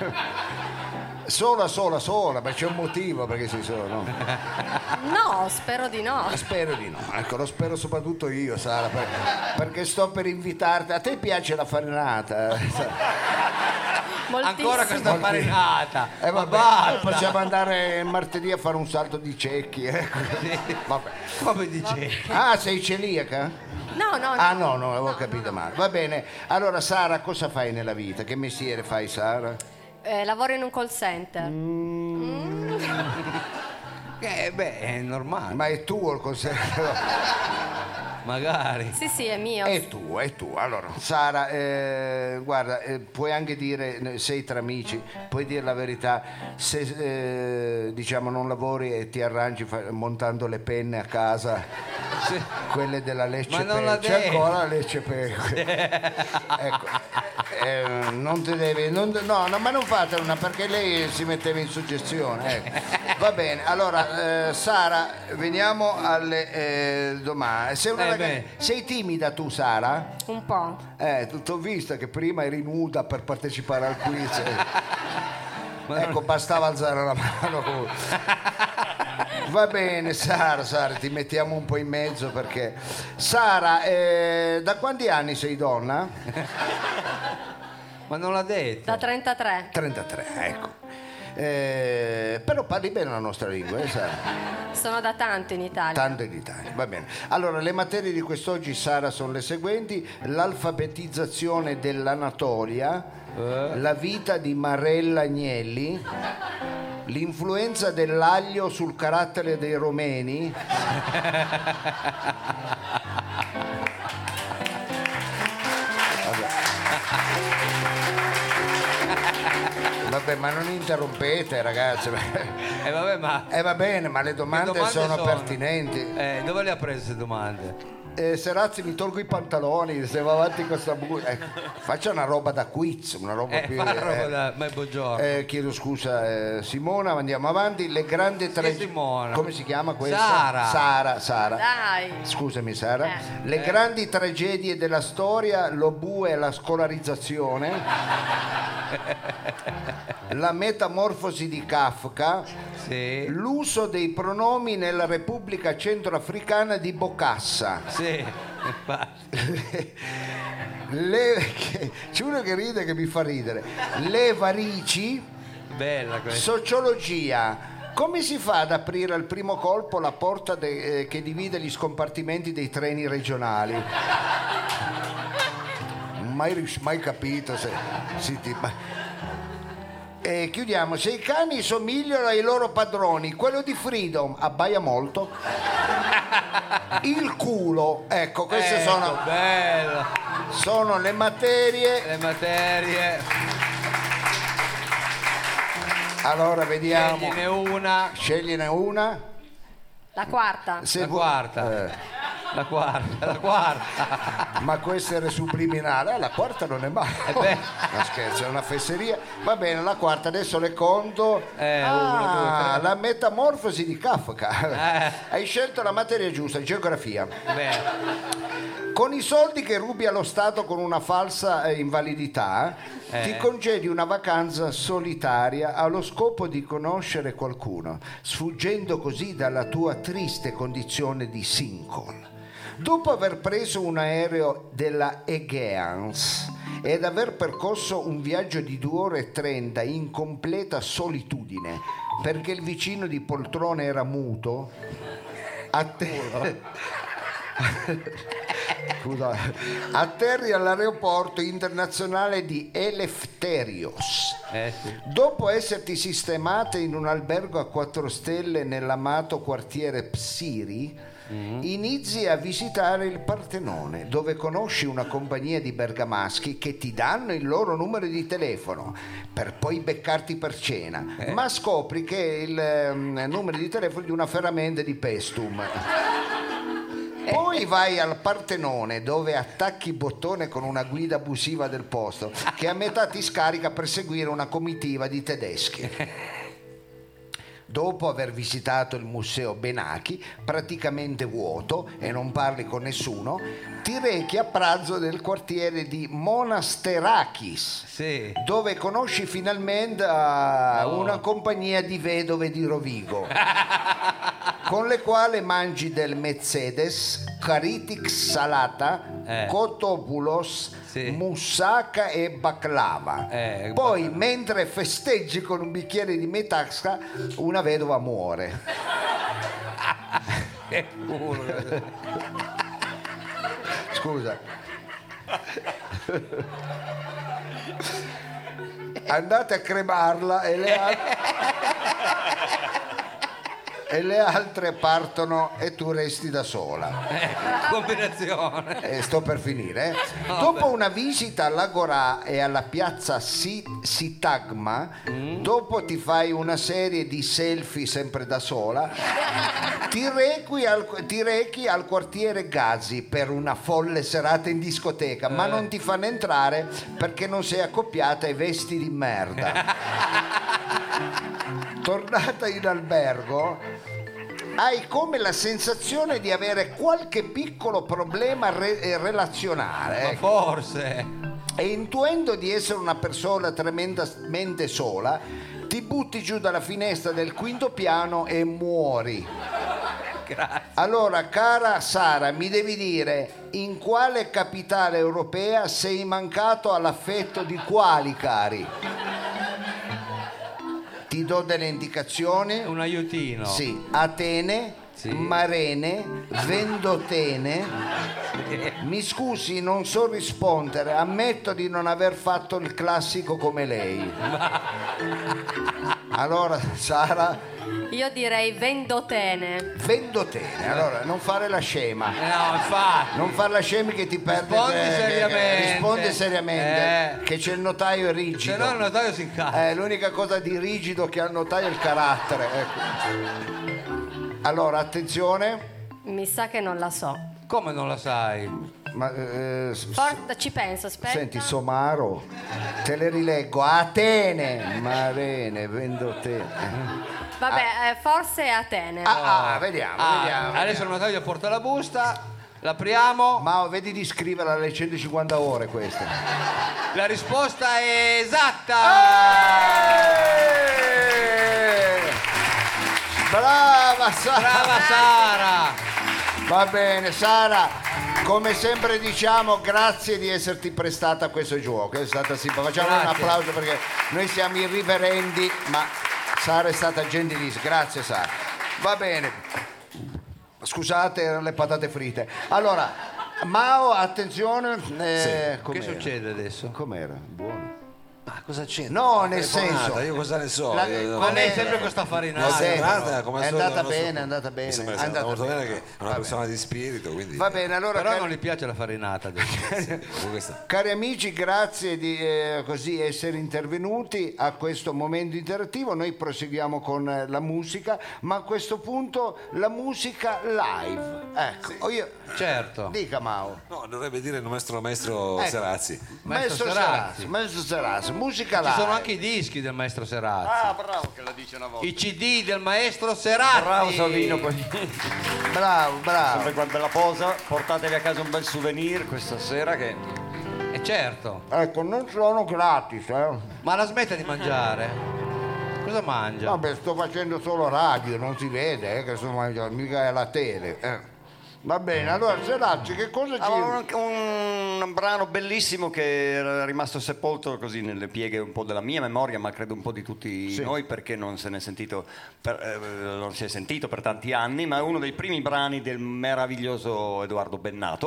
Sola, ma c'è un motivo perché sei sola, no? No, spero di no. Spero di no, ecco, lo spero soprattutto io, Sara, perché sto per invitarti. A te piace la farinata? Moltissimo. Ancora questa farinata. Ma Vabbè, basta. possiamo andare martedì a fare un salto di cecchi, ecco. Vabbè. Come dicevi? Ah, sei celiaca? No, no, no. Ah no, avevo capito male. Va bene, allora Sara, cosa fai nella vita? Che mestiere fai, Sara? Lavoro in un call center. Beh, è normale. Ma è tuo il consiglio? Magari. Sì, sì, è mio. È tuo, è tuo. Allora, Sara, guarda, puoi anche dire, sei tra amici, puoi dire la verità, se diciamo non lavori e ti arrangi montando le penne a casa, quelle della Lecce Ma non la C'è devi. ancora la Lecce ecco, non ti devi, no, ma non fatela una perché lei si metteva in suggestione. Ecco. Va bene, allora Sara, veniamo alle domande. Sei timida tu, Sara? Un po'. T'ho vista che prima eri nuda per partecipare al quiz. Ecco, bastava alzare la mano. Va bene, Sara, ti mettiamo un po' in mezzo perché... Sara, da quanti anni sei donna? Ma non l'ha detto. Da 33. 33, ecco. Però parli bene la nostra lingua, Sara? Sono da tanto in Italia. Tanto in Italia, va bene. Allora, le materie di quest'oggi, Sara, sono le seguenti: l'alfabetizzazione dell'Anatolia, la vita di Marella Agnelli, l'influenza dell'aglio sul carattere dei romeni. Vabbè, ma non interrompete, ragazzi. Vabbè, ma Va bene, ma le domande sono pertinenti. dove le ha prese queste domande? Serazzi, mi tolgo i pantaloni, se va avanti con sta faccia una roba da quiz, una roba più... Fa roba da... Ma buongiorno. Chiedo scusa, Simona, andiamo avanti. Le grandi tre... Simona? Come si chiama questa? Sara. Dai. Scusami, Sara. Le grandi tragedie della storia, lo bue e la scolarizzazione, la metamorfosi di Kafka, Sì. l'uso dei pronomi nella Repubblica Centroafricana di Bokassa. Sì, infatti. C'è uno che ride che mi fa ridere. Le varici, Bella questa. sociologia. Come si fa ad aprire al primo colpo la porta che divide gli scompartimenti dei treni regionali? Mai capito se chiudiamo. Se i cani somigliano ai loro padroni, quello di Freedom abbaia molto. Il culo, ecco, queste Bello. sono le materie. Le materie. Allora vediamo. Scegliene una. La quarta. La quarta. La quarta. Ma questo era subliminale, la quarta non è male. No, scherzo, è una fesseria. Va bene, la quarta adesso le conto. La metamorfosi di Kafka. Hai scelto la materia giusta, geografia. Bene. Con i soldi che rubi allo Stato con una falsa invalidità, ti concedi una vacanza solitaria allo scopo di conoscere qualcuno, sfuggendo così dalla tua triste condizione di single. Dopo aver preso un aereo della Aegeans ed aver percorso un viaggio di 2 ore e 30 in completa solitudine, perché il vicino di poltrona era muto, atterri all'aeroporto internazionale di Eleftherios. Sì. Dopo esserti sistemate in un albergo a 4 stelle nell'amato quartiere Psiri, inizi a visitare il Partenone, dove conosci una compagnia di bergamaschi che ti danno il loro numero di telefono per poi beccarti per cena, ma scopri che è il numero di telefono di una ferramenta di Pestum. Poi vai al Partenone, dove attacchi il bottone con una guida abusiva del posto che a metà ti scarica per seguire una comitiva di tedeschi. Dopo aver visitato il museo Benaki, praticamente vuoto, e non parli con nessuno, ti rechi a pranzo nel quartiere di Monasterakis, Sì. dove conosci finalmente una compagnia di vedove di Rovigo, con le quali mangi del Mercedes, Karitix salata, Kotopoulos, Sì. moussaka e baklava. Poi, mentre festeggi con un bicchiere di metasca, una vedova muore. Che culo. Scusa. Andate a cremarla e e le altre partono e tu resti da sola. Combinazione. Sto per finire. Dopo una visita all'Agorà e alla piazza Sitagma, dopo ti fai una serie di selfie sempre da sola, ti rechi al quartiere Gazi per una folle serata in discoteca, ma non ti fanno entrare perché non sei accoppiata e vesti di merda. Tornata in albergo, hai come la sensazione di avere qualche piccolo problema relazionale. Ma forse. E intuendo di essere una persona tremendamente sola, ti butti giù dalla finestra del quinto piano e muori. Grazie. Allora, cara Sara, mi devi dire in quale capitale europea sei mancato all'affetto di quali cari? Ti do delle indicazioni. Un aiutino. Sì, Atene, Sì. Marene, Vendotene. Mi scusi, non so rispondere, ammetto di non aver fatto il classico come lei. Allora, Sara, Io direi Vendotene. Vendotene. Allora, non fare la scema. No, infatti. Non far la scema che ti perde. Rispondi seriamente. Risponde seriamente. Che c'è il notaio è rigido. Se no il notaio si incazza. L'unica cosa di rigido che ha il notaio è il carattere. Ecco. Allora, attenzione. Mi sa che non la so. Come non la sai? Ma, Ci penso, aspetta. senti, Somaro, te le rileggo. Atene, Marene, Vendotene. Vabbè, forse è Atene. Vediamo, Ah, vediamo. adesso il notaio porta la busta, l'apriamo. Ma vedi di scriverla alle 150 ore queste. La risposta è esatta. Brava Sara! Brava Sara. Va bene, Sara, come sempre diciamo grazie di esserti prestata a questo gioco, è stata simpatica. Facciamo un Grazie. applauso perché noi siamo irriverendi, ma Sara è stata gentilissima. Grazie Sara. Va bene. Scusate, erano le patate fritte. Allora, Mao, attenzione. Che com'era? succede adesso? Com'era? Buono. Ma cosa c'entra? No, nel Telefonata, senso. io cosa ne so? La- Io- Ma lei Com'era? sempre questa Ho farinata. sentito. Serata, come al È solito, andata il nostro- bene, è andata bene. Mi sembra È sia andata andata molto bene bene. che è una persona di spirito, quindi Va bene, allora Però cari- non gli piace la farinata adesso. questa- Cari amici, grazie di così essere intervenuti a questo momento interattivo. Noi proseguiamo con la musica, ma a questo punto la musica live. Ecco, io Certo. dica Mao. No, dovrebbe dire il nostro maestro Ecco. Serazzi. Maestro Serazzi. Maestro Serazzi, musica Ci live. sono anche i dischi del maestro Serazzi. Ah, bravo che la dice una volta. I CD del maestro Serazzi. Bravo Savino, Bravo, bravo. sempre quella bella posa. Portatevi a casa un bel souvenir questa sera che... Certo. Ecco, non sono gratis, Ma la smetta di mangiare? Cosa mangia? Vabbè, sto facendo solo radio, non si vede che sto mangiando, mica è la tele. Va bene, allora Serazzi, che cosa ci... Allora, un brano bellissimo che era rimasto sepolto così nelle pieghe un po' della mia memoria, ma credo un po' di tutti noi, perché non se ne è sentito non si è sentito per tanti anni, ma è uno dei primi brani del meraviglioso Edoardo Bennato,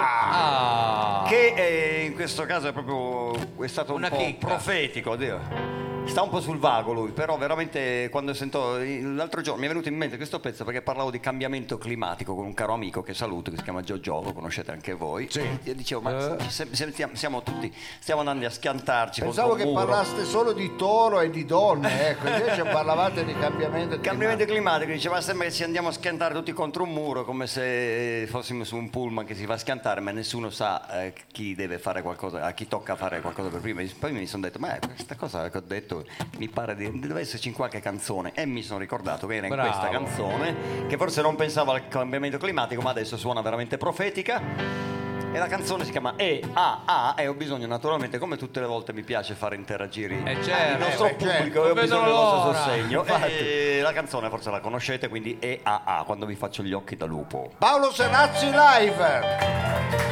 che in questo caso è stato Una un po' chicca. profetico, oddio. Sta un po' sul vago lui, però veramente quando sento l'altro giorno mi è venuto in mente questo pezzo perché parlavo di cambiamento climatico con un caro amico che saluto che si chiama Giorgio, lo conoscete anche voi. E io dicevo, ma siamo tutti, stiamo andando a schiantarci. Pensavo contro che un muro. parlaste solo di toro e di donne, ecco, invece parlavate di cambiamento Cambiamento climatico, diceva sembra che ci andiamo a schiantare tutti contro un muro come se fossimo su un pullman che si va a schiantare, ma nessuno sa chi deve fare qualcosa, a chi tocca fare qualcosa per prima. Poi mi sono detto, ma questa cosa che ho detto mi pare deve esserci in qualche canzone, e mi sono ricordato che era in Bravo. questa canzone che forse non pensavo al cambiamento climatico, ma adesso suona veramente profetica. E la canzone si chiama E ho bisogno, naturalmente, come tutte le volte mi piace fare interagire certo, il nostro pubblico, non e ho vedo bisogno del vostro l'ora. sostegno. E la canzone forse la conoscete, quindi E quando vi faccio gli occhi da lupo. Paolo Serazzi live.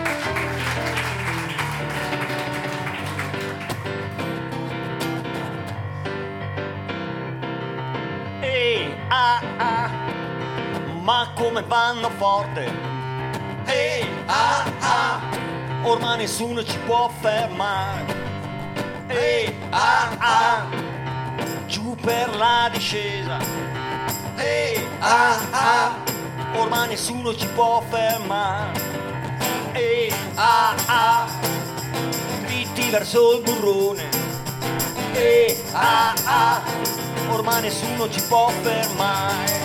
Ma come vanno forte. Ormai nessuno ci può fermare. Giù per la discesa. ormai nessuno ci può fermare. Dritti verso il burrone. Ormai nessuno ci può fermare.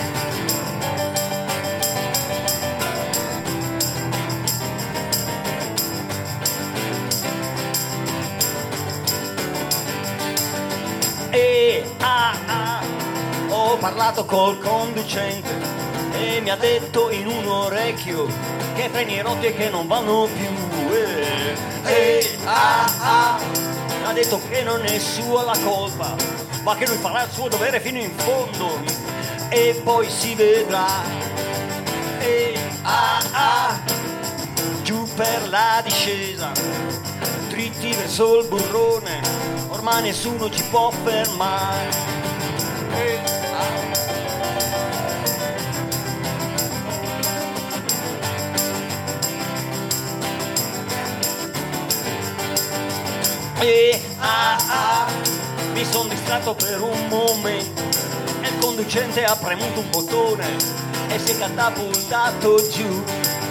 Ho parlato col conducente e mi ha detto in un orecchio che treni rotti e che non vanno più. Ha detto che non è sua la colpa, ma che lui farà il suo dovere fino in fondo e poi si vedrà. Giù per la discesa, dritti verso il burrone, ormai nessuno ci può fermare. Mi sono distratto per un momento e il conducente ha premuto un bottone e si è catapultato giù.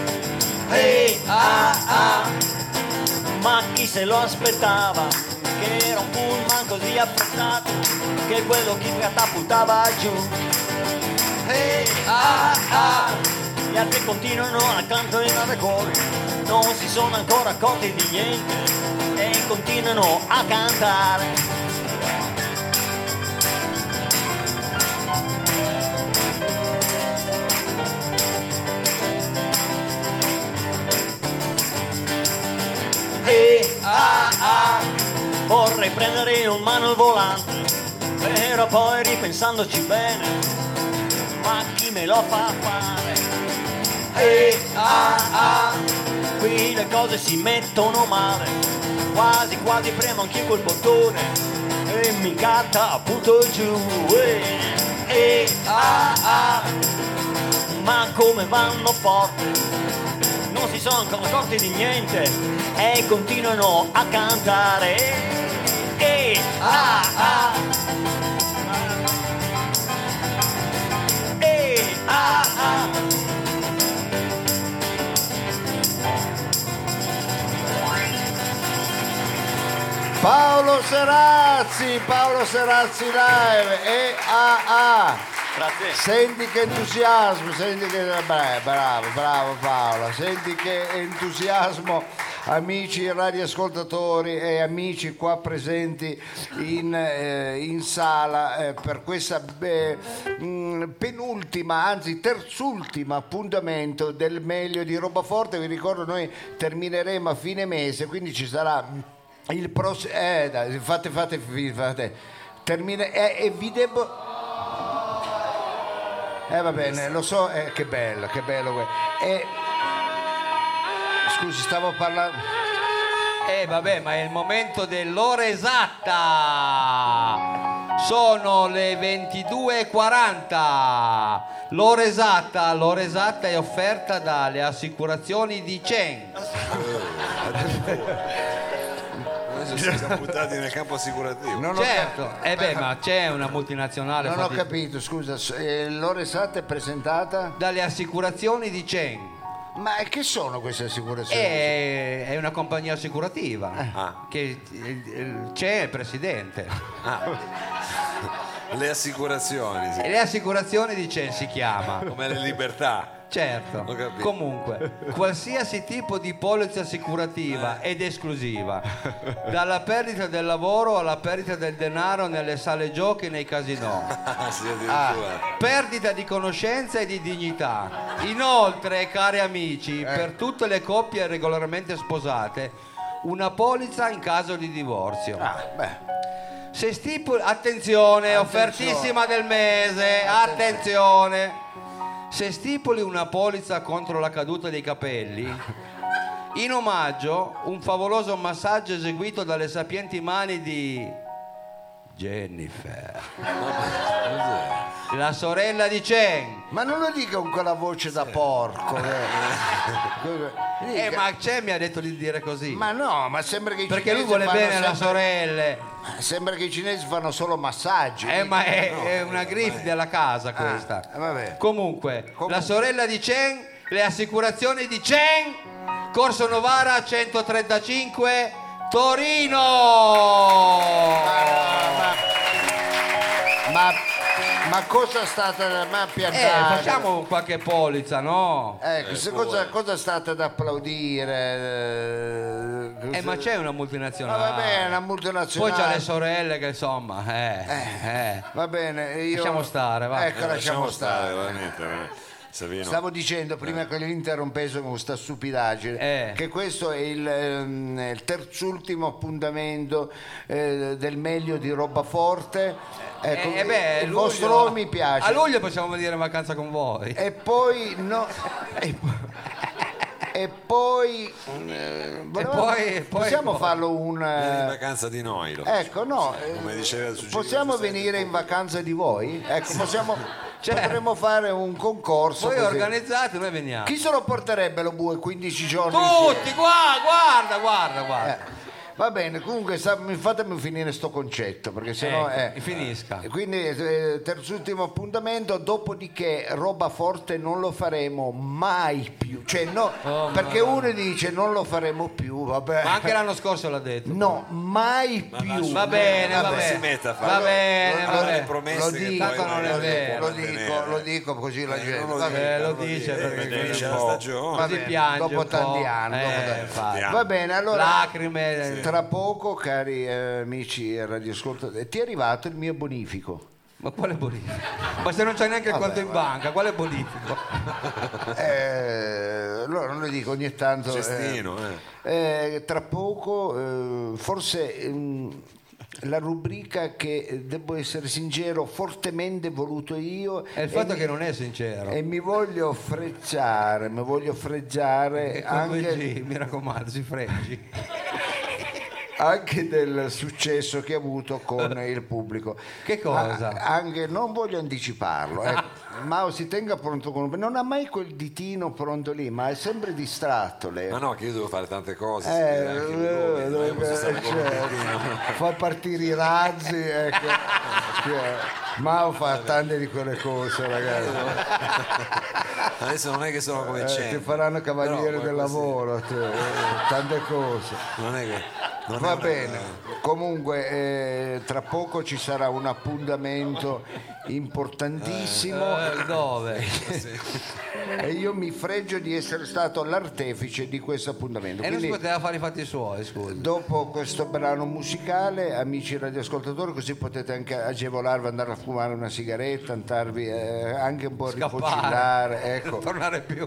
Ma chi se lo aspettava che era un pullman così affrettato che quello chi catapultava giù. Gli altri continuano accanto in cuore, non si sono ancora accorti di niente e continuano a cantare. Vorrei prendere in mano il volante, però poi ripensandoci bene, ma chi me lo fa fare? Qui le cose si mettono male, quasi quasi premo anch'io quel bottone e mi catapulto giù. Ma come vanno forte, non si sono ancora accorti di niente e continuano a cantare. Paolo Serazzi live. Grazie. Senti che entusiasmo, senti che bravo Paolo, senti che entusiasmo, amici radioascoltatori e amici qua presenti in sala per questa penultima, anzi terzultima appuntamento del Meglio di Robaforte. Vi ricordo, noi termineremo a fine mese, quindi ci sarà il prossimo fate termina e vi devo va bene, lo so, che bello scusi, stavo parlando. Vabbè, ma è il momento dell'ora esatta. Sono le 22:40. L'ora esatta è offerta dalle assicurazioni di Chen. Siamo buttati nel campo assicurativo. Certo, ma c'è una multinazionale. Non ho capito, scusa, l'ora esatta è presentata dalle assicurazioni di Chen. Ma che sono queste assicurazioni? È una compagnia assicurativa che c'è il presidente. Le assicurazioni, sì. E le assicurazioni di Chen si chiama. Come le libertà. Certo, comunque, qualsiasi tipo di polizza assicurativa ed esclusiva, dalla perdita del lavoro alla perdita del denaro nelle sale giochi e nei casinò, perdita di conoscenza e di dignità. Inoltre, cari amici, per tutte le coppie regolarmente sposate, una polizza in caso di divorzio. Se attenzione, offertissima del mese, attenzione. Se stipuli una polizza contro la caduta dei capelli, in omaggio un favoloso massaggio eseguito dalle sapienti mani di Jennifer. la sorella di Chen. Ma non lo dica con quella voce da porco. Ma Chen mi ha detto di dire così. Ma no, ma sembra che i perché lui cinesi vuole fanno bene alle sempre- sorelle. Sembra che i cinesi fanno solo massaggi. Ma è una griff della casa questa. vabbè. Comunque, la sorella di Chen, le assicurazioni di Chen, Corso Novara 135, Torino. Ma cosa state ma piantare? Facciamo qualche polizza, no? Cosa state ad applaudire? Ma c'è una Ma multinazionale. va bene, una multinazionale. Poi c'ha le sorelle che insomma, Va bene, io... Lasciamo stare, va. Ecco, lasciamo stare. veramente. Savino. Stavo dicendo prima che l'interrompeso con questa stupidaggine che questo è il terzultimo appuntamento del meglio di roba forte. Ecco, il luglio, vostro mi piace. A luglio possiamo venire in vacanza con voi. E poi no. E poi possiamo farlo Vieni in vacanza di noi. ecco no Come diceva il suggestivo possiamo Giuseppe. venire in vacanza di voi, ecco potremmo fare un concorso Voi così. organizzate, noi veniamo. Chi se lo porterebbe lo bue 15 giorni Tutti, insieme? guarda. Va bene, comunque fatemi finire sto concetto perché sennò Finisca. quindi terzultimo appuntamento, dopodiché roba forte non lo faremo mai più, cioè no, perché uno dice non lo faremo più, vabbè. Ma anche l'anno scorso l'ha detto. No, mai più. Va bene, va Non si bene. metta a Va fare bene, va le bene. promesse Lo che dico, poi tanto non è può vero. mantenere. Lo dico così la gente. non lo Va bene. Lo dice perché finisce la po'. stagione. Va così bene, piange dopo un tanti po'. anni, Infatti. Va bene, allora Lacrime. tra poco, cari amici radioascoltatori, ti è arrivato il mio bonifico. Ma quale bonifico? Ma se non c'è neanche il conto in banca, quale bonifico? Allora non lo dico ogni tanto. Cestino, Tra poco, forse la rubrica che devo essere sincero, fortemente voluto io. È il fatto che non è sincero. E mi voglio fregiare E con 2G, anche, mi raccomando, si freggi. anche del successo che ha avuto con il pubblico. Che cosa? Anche, non voglio anticiparlo, Mao si tenga pronto non ha mai quel ditino pronto lì, ma è sempre distratto lei. Ma no, che io devo fare tante cose. anche lui, non posso stare con un ditino. fa partire i razzi, ecco. Mao fa tante di quelle cose, ragazzi. Adesso non è che sono come c'è. Ti faranno cavaliere Però, del qualcosa- lavoro, tante cose. Non è che non è Va una- bene, comunque tra poco ci sarà un appuntamento importantissimo Dove? e io mi fregio di essere stato l'artefice di questo appuntamento. E non si Quindi poteva fare i fatti suoi, scusi. dopo questo brano musicale, amici radioascoltatori, così potete anche agevolarvi, andare a fumare una sigaretta, andarvi anche un po' rifocillare, ecco. Non tornare più.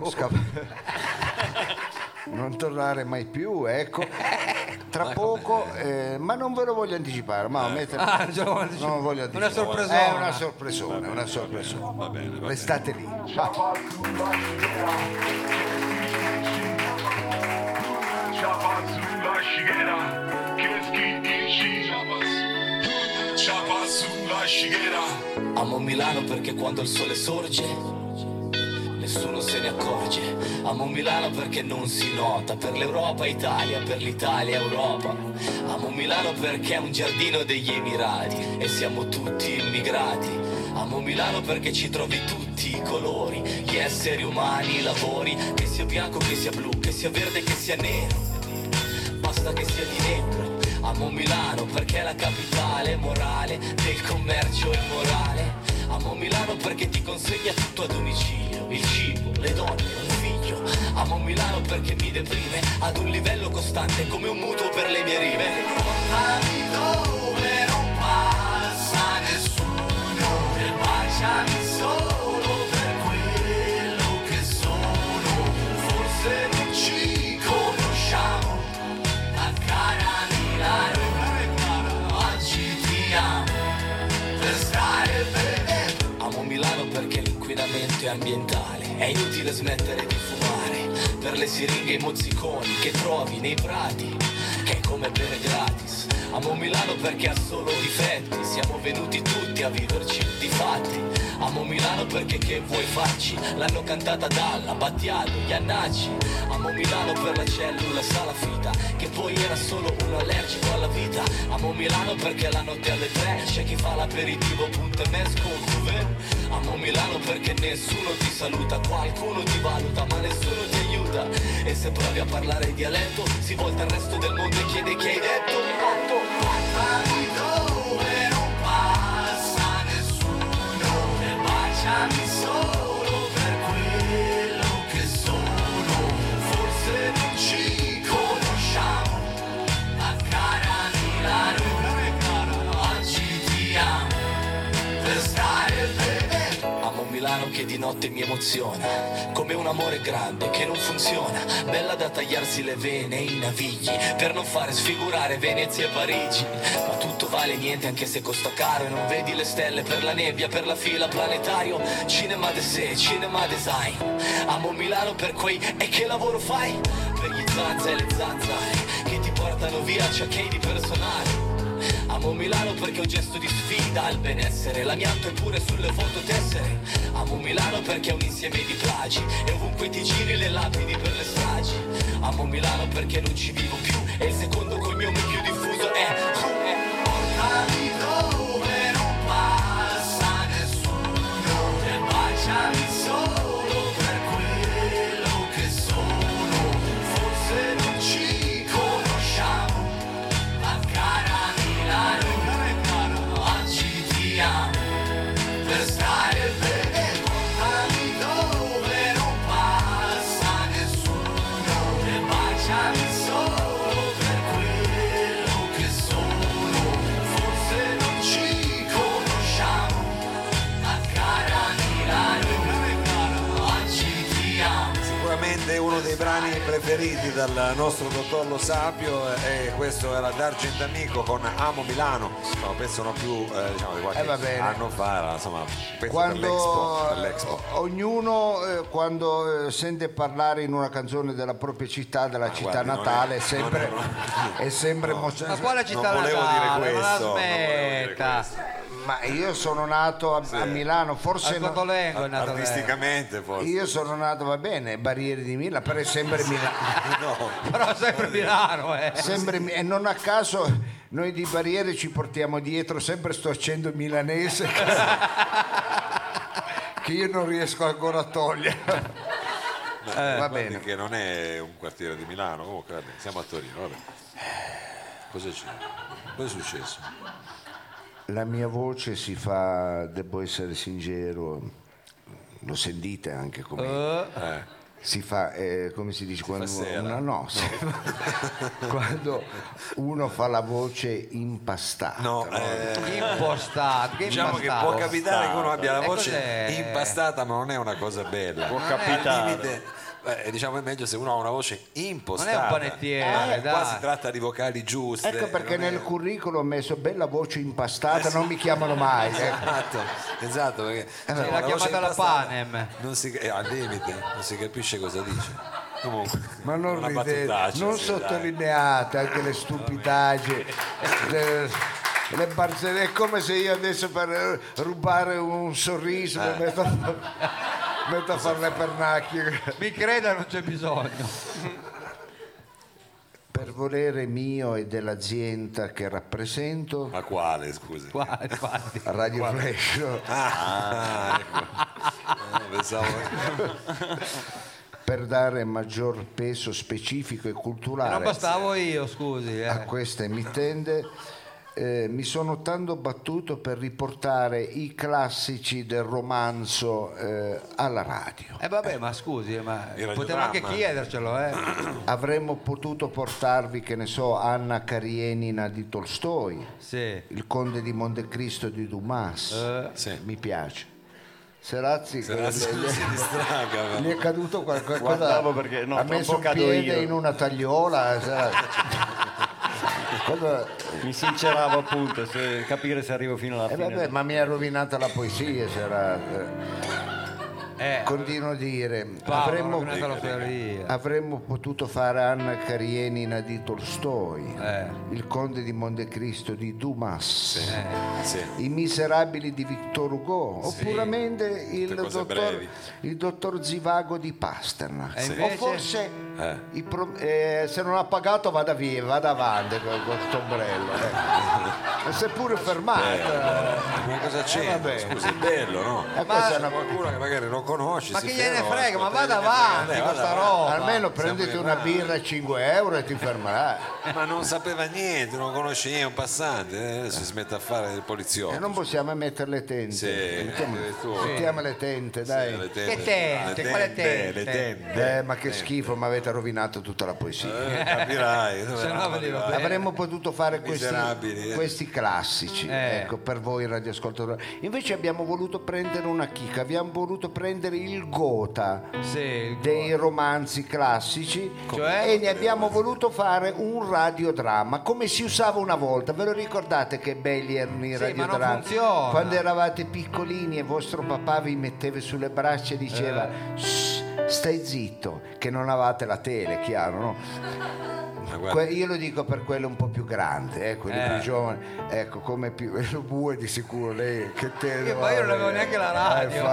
Non tornare mai più, ecco. Tra poco, ma non ve lo voglio anticipare, ma non ce lo vuole anticipare. non lo voglio Una anticipare. sorpresona. È una sorpresona, una sorpresona. Va bene. Restate lì. Va. Sulla scighera, che schiffi, ciapa sulla scighera. Amo Milano perché quando il sole sorge nessuno se ne accorge. Amo Milano perché non si nota. Per l'Europa Italia, per l'Italia Europa. Amo Milano perché è un giardino degli Emirati e siamo tutti immigrati. Amo Milano perché ci trovi tutti i colori, gli esseri umani, i lavori, che sia bianco, che sia blu, che sia verde, che sia nero. Basta che sia di dentro. Amo Milano perché è la capitale morale del commercio immorale. Amo Milano perché ti consegna tutto a domicilio, il cibo, le donne, il figlio. Amo Milano perché mi deprime ad un livello costante come un mutuo per le mie rime. Portami dove non passa nessuno e baciami solo per quello che sono. Forse non ci conosciamo, ma cara Milano, oggi ti amo per stare bene. Amo Milano perché l'inquinamento è ambientale, è inutile smettere di fumare. per le siringhe e i mozziconi che trovi nei prati, che è come bere gratis. Amo Milano perché ha solo difetti, siamo venuti tutti a viverci di fatti. Amo Milano perché che vuoi farci? L'hanno cantata Dalla, Battiato, Iannacci. Amo Milano per la cellula salafita, che poi era solo un allergico alla vita. Amo Milano perché la notte alle 3 c'è chi fa l'aperitivo punto e mesco un couvert. Amo Milano perché nessuno ti saluta, qualcuno ti valuta ma nessuno ti aiuta. E se provi a parlare dialetto si volta il resto del mondo e chiede che hai detto. Portami dove non passa nessuno e baciami solo per quello che sono. Forse non ci conosciamo, ma cara Milano, oggi ti amo per stare bene. Amo Milano che di notte mi emoziona, come un amore grande che non funziona. Bella da tagliarsi le vene e i navigli, per non fare sfigurare Venezia e Parigi. Ma tutto vale niente anche se costa caro, e non vedi le stelle per la nebbia, per la fila planetario. Cinema de sé, cinema design. Amo Milano per quei e che lavoro fai? Per gli zanza e le zanzare che ti portano via ciacchini personali. Amo Milano perché è un gesto di sfida al benessere, l'amianto è pure sulle fototessere. Amo Milano perché è un insieme di plagi e ovunque ti giri le lapidi per le stragi. Amo Milano perché non ci vivo più e il secondo cognome più diffuso è portami dove non passa nessuno e baciami solo per quello che sono. Forse non ci conosciamo, ma cara Milano, oggi ti amo per stare bene. Portami dove non passa nessuno e baciami solo per quello che sono. Forse non ci conosciamo, ma cara Milano, oggi ti amo. Sicuramente uno dei brani preferiti dal nostro dottor Lo Sapio, e questo era D'Argent Amico con Amo Milano. No, penso non più diciamo di qualche anno fa, era, insomma, penso per l'Expo. Ognuno quando sente parlare in una canzone della propria città, della città natale, è sempre Ma quale città non volevo natale? dire Ma questo, la non volevo dire smetta. questo. Ma io sono nato a Milano, forse Al Cotolengo è nato lei. Artisticamente forse. io sono nato, va bene, Barriere di Milano, però è sempre Milano. No. Però sempre Milano, E non a caso noi di Barriere ci portiamo dietro sempre sto accento milanese che io non riesco ancora a togliere. Va Guardi bene. che non è un quartiere di Milano, comunque vabbè, siamo a Torino, vabbè. Cosa c'è? Cosa è successo? La mia voce si fa, devo essere sincero, lo sentite anche come si fa, come si dice quando quando uno fa la voce impastata. No, Impostata. Che diciamo che impostata? può capitare che uno abbia la E voce cos'è? impastata, ma non è una cosa bella. Può Al capitare. limite, diciamo è meglio se uno ha una voce impostata. Non è un panettiere, dai. Qua si tratta di vocali giuste. Ecco perché non è- nel curriculum ho messo bella voce impastata, non mi chiamano mai. Esatto, perché L'ha una voce chiamata la impastata Panem. non si, al limite, non si capisce cosa dice. Comunque, Ma non una ridete, battutaccia, non sì, sottolineate anche le stupidaggini. Le barzellette, è come se io adesso per rubare un sorriso mi metto a fare le pernacchie. Mi creda, non c'è bisogno. Per volere mio e dell'azienda che rappresento, Ma quale, scusi? Qua, infatti. Radio Flash, no? Ecco. Pensavo... per dare maggior peso specifico e culturale Non bastavo io, scusi. a questa emittente, mi sono tanto battuto per riportare i classici del romanzo alla radio. Vabbè, ma scusi, ma Il poteva anche radiodramma. chiedercelo, Avremmo potuto portarvi, che ne so, Anna Karenina di Tolstoi, Sì. Il Conte di Montecristo di Dumas. Sì. Mi piace. Serazzi, Si distraga, gli è caduto qualcosa. Guardavo perché no, ha tra un messo po' un cado piede io. in una tagliola. Mi sinceravo appunto per capire se arrivo fino alla fine. Vabbè, ma mi ha rovinato la poesia. continuo a dire, Paolo, avremmo potuto fare Anna Karenina di Tolstoi, Il Conde di Montecristo di Dumas, I Miserabili di Victor Hugo, oppure il dottor Zivago di Pasternak. O forse se non ha pagato vada via, vada avanti con questo ombrello. Si è pure fermato. Ma cosa c'è? Scusi, è bello, no? Questa è una qualcuno che magari non conosci. Ma si chi gliene ferma, frega, ma ascolta, vada avanti con sta roba. Almeno prenditi una birra a 5 euro e ti fermerai. Ma non sapeva niente, non conosce niente, un passante. Adesso si smette a fare il poliziotto. E non possiamo mettere le tente. Sì, mettiamo le tente, dai. Che tente? Quale tente? Le tende. Ma che schifo, mi avete rovinato tutta la poesia. Capirai. Avremmo potuto fare Miserabili, questi classici, ecco, per voi radioascoltatori. Invece abbiamo voluto prendere una chicca, abbiamo voluto prendere il Gotha dei romanzi classici, e ne abbiamo voluto fare un radiodramma come si usava una volta. Ve lo ricordate che belli erano i radiodrammi? Quando eravate piccolini e vostro papà vi metteva sulle braccia e diceva stai zitto, che non avevate la tele, chiaro, no? Io lo dico per quello un po' più grande, quelli più giovani, ecco, come più lo bue di sicuro lei che te. Ma io non avevo neanche la radio.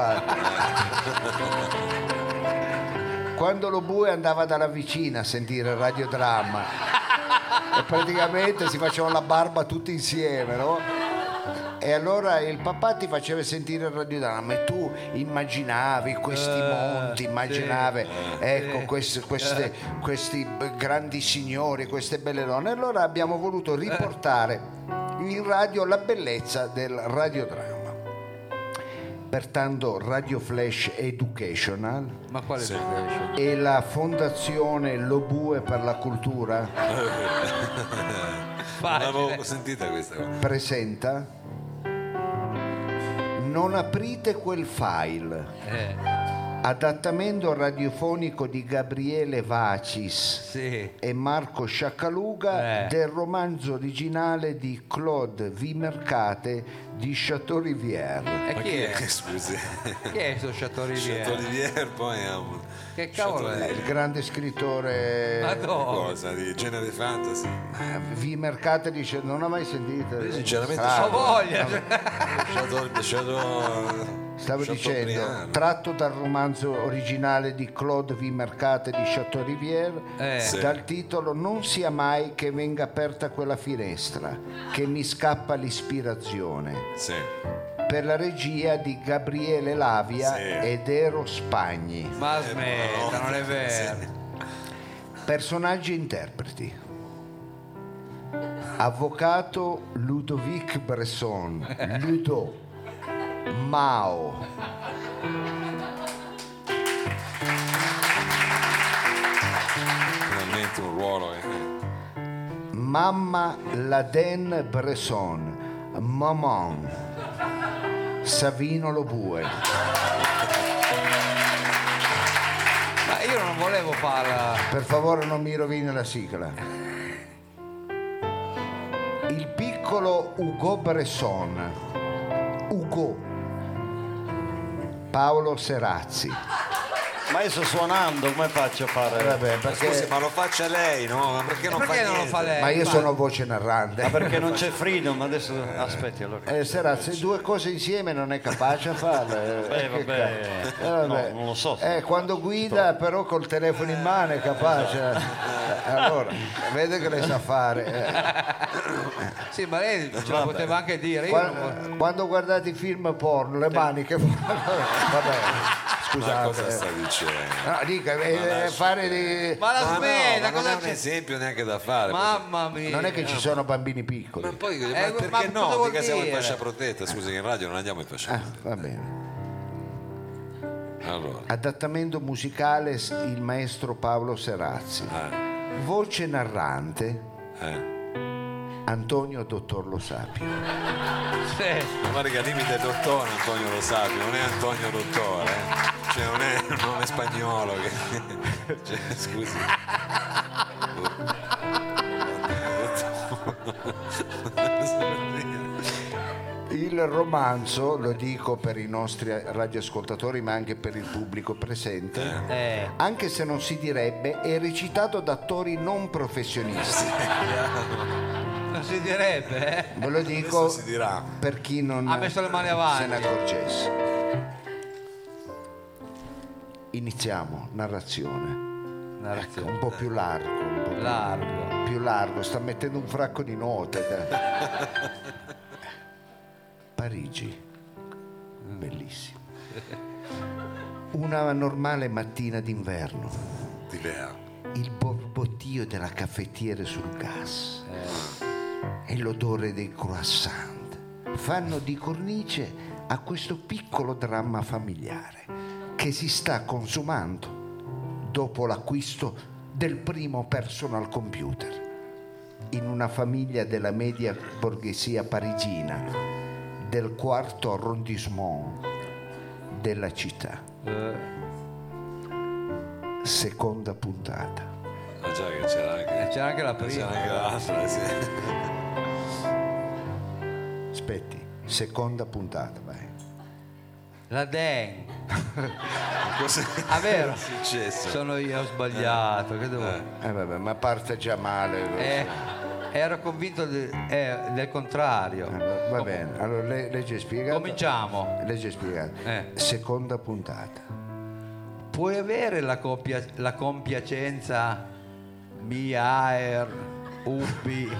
Quando lo bue andava dalla vicina a sentire il radiodramma e praticamente si facevano la barba tutti insieme, no? E allora il papà ti faceva sentire il radiodramma e tu immaginavi questi monti, ecco, questi grandi signori, queste belle donne. E allora abbiamo voluto riportare in radio la bellezza del radiodramma. Pertanto Radio Flash Educational, ma quale education? E la fondazione Lobue per la cultura non l'avevo sentita questa cosa. presenta Non aprite quel file, adattamento radiofonico di Gabriele Vacis e Marco Sciaccaluga del romanzo originale di Claude Vimercate di Chateaubriand. E chi è? Scusi. Chi è questo Chateaubriand? Chateaubriand poi che cavolo è? Il grande scrittore. Cosa di genere fantasy? Vimercate dice non ho mai sentito. Io sinceramente ho voglia. Stavo dicendo, tratto dal romanzo originale di Claude Vimercate di Chateaubriand, dal titolo Non sia mai che venga aperta quella finestra, che mi scappa l'ispirazione. Per la regia di Gabriele Lavia ed Ero Spagni. Ma smetta, non è vero. Personaggi e interpreti: avvocato Ludovic Bresson, Ludo, Mao, finalmente un ruolo mamma Laden Bresson, Maman, Savino Lobue. Ma io non volevo farla. Per favore non mi rovini la sigla. Il piccolo Ugo Bresson, Ugo, Paolo Serazzi. Ma io sto suonando, come faccio a fare? Vabbè, perché... Scusi, ma lo faccia lei, no? Ma perché non fa niente? Non lo fa lei? Ma io sono voce narrante. Ma perché non c'è freedom? Adesso aspetti allora. Serazzi, due cose insieme non è capace a farle. Vabbè. Vabbè. No, non lo so. Quando guida però col telefono in mano è capace. Allora, vede che le sa fare. Sì, ma lei ce la poteva anche dire. Quando guardate i film porno, le mani che vabbè. Scusate. Ma cosa sta dicendo? No, dica, fare di... Ma la smetta, non cosa è un c'è? esempio neanche da fare. Mamma mia. Non è che ci sono bambini piccoli. Ma poi ma ma perché cosa no? vuol Mica siamo in dire? fascia protetta, scusi, che in radio non andiamo in fascia protetta. Va bene. Allora. Adattamento musicale il maestro Paolo Serazzi. Voce narrante Antonio Dottor Lo Sapio. Ma che limite è dottore Antonio Lo Sapio, non è Antonio Dottore, cioè non è un nome spagnolo che... cioè, scusi. Il Il romanzo, lo dico per i nostri radioascoltatori ma anche per il pubblico presente, anche se non si direbbe, è recitato da attori non professionisti. Non si direbbe, Ve lo dico Adesso si dirà. per chi non Ha messo le mani se avanti. ne accorgesse. Iniziamo, narrazione. Narrazione. Un po' più largo, un po' Largo. più largo, sta mettendo un fracco di note. Parigi, bellissimo. Una normale mattina d'inverno, il borbottio della caffettiera sul gas e l'odore dei croissant fanno di cornice a questo piccolo dramma familiare che si sta consumando dopo l'acquisto del primo personal computer in una famiglia della media borghesia parigina del quarto arrondissement della città. Seconda puntata. Ah, già che c'era anche, C'era anche la c'era prima. anche l'altra, sì. Aspetti, seconda puntata, vai. La Den. Cos'è Ah, vero? successo? Sono io, ho sbagliato. Che devo... Vabbè, ma parte già male. Ero convinto del contrario. Va bene, allora legge spiegato. Cominciamo. Legge spiegato. Seconda puntata. Puoi avere la compiacenza Miaer Uppi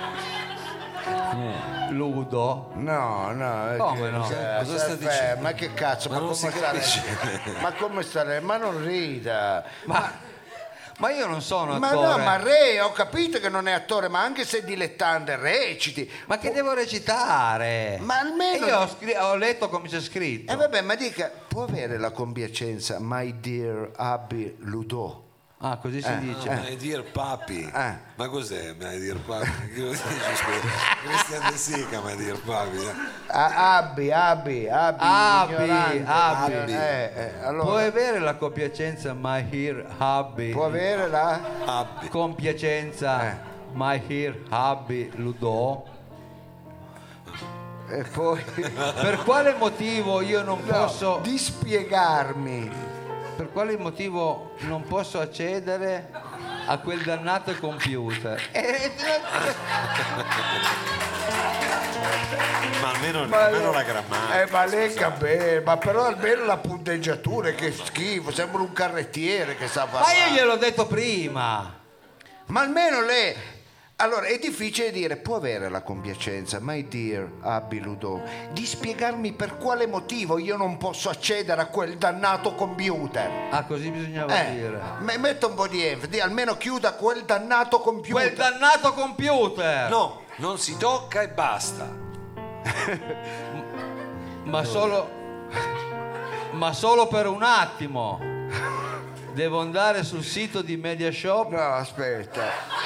Ludo? No, Come no? Cosa sta dicendo? Ma che cazzo, Ma ma non come si sta capisce. Ma come sta lei? Ma non rida. Ma io non sono Ma attore. no, ma ho capito che non è attore, ma anche se è dilettante, reciti. Ma che devo recitare? Ma almeno- E io ho letto come c'è scritto. E vabbè, ma dica, può avere la compiacenza, my dear Abby Ludo? Ah, così si dice. My dear papi. Ma cos'è my dear papi? Chi lo dice? Scusa. Christian De Sica, my dear papi. Abby, ignorante. Abby. Allora, Puoi avere la compiacenza My Here Hubby? può avere la... Abbi. Compiacenza My Here Hubby Ludo? E poi... Per quale motivo io non posso... di spiegarmi. Per quale motivo non posso accedere a quel dannato computer? Ma almeno la grammatica. Ma legga bene, ma però almeno la punteggiatura, che schifo, sembra un carrettiere che sa Ma parlare. io gliel'ho detto prima. Ma almeno lei... Allora, è difficile dire, può avere la compiacenza, my dear Abby Ludo, di spiegarmi per quale motivo io non posso accedere a quel dannato computer. Ah, così bisognava dire. Metta un po' di enfasi, almeno chiuda quel dannato computer. Quel dannato computer! No, non si tocca e basta. Ma solo per un attimo. Devo andare sul sito di Mediashop. No, aspetta.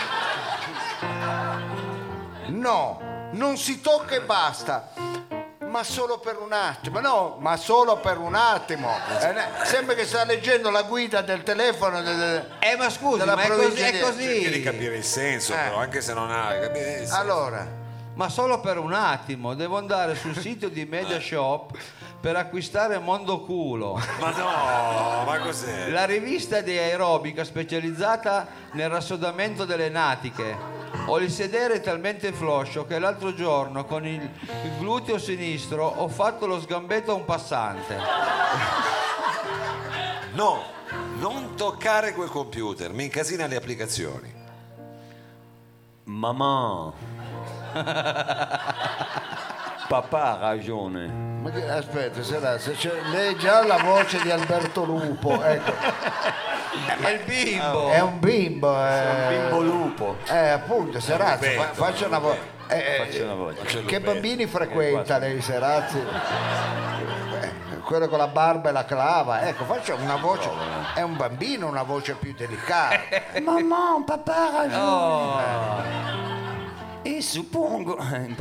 No, non si tocca e basta. Ma solo per un attimo. No, ma solo per un attimo. Sembra che sta leggendo la guida del telefono Ma scusi, della ma è provincia così, di- è così. Cerchi di capire il senso, però, anche se non ha capire il senso. Allora, Ma solo per un attimo. Devo andare sul sito di Mediashop per acquistare Mondo Culo, Ma no, ma cos'è? la rivista di aerobica specializzata nel rassodamento delle natiche. Ho il sedere talmente floscio che l'altro giorno con il gluteo sinistro ho fatto lo sgambetto a un passante. No, non toccare quel computer, mi incasina le applicazioni. Mamma. Papà ha ragione. ma aspetta, lei già ha la voce di Alberto Lupo, ecco. È il bimbo. È un bimbo. Bimbo lupo. Appunto, Serazzi, faccia una voce. Faccio una voce. Che bambini frequenta lei, Serazzi? Quello con la barba e la clava, ecco, faccia una voce. È un bambino, una voce più delicata. Mamma, papà ha ragione. E suppongo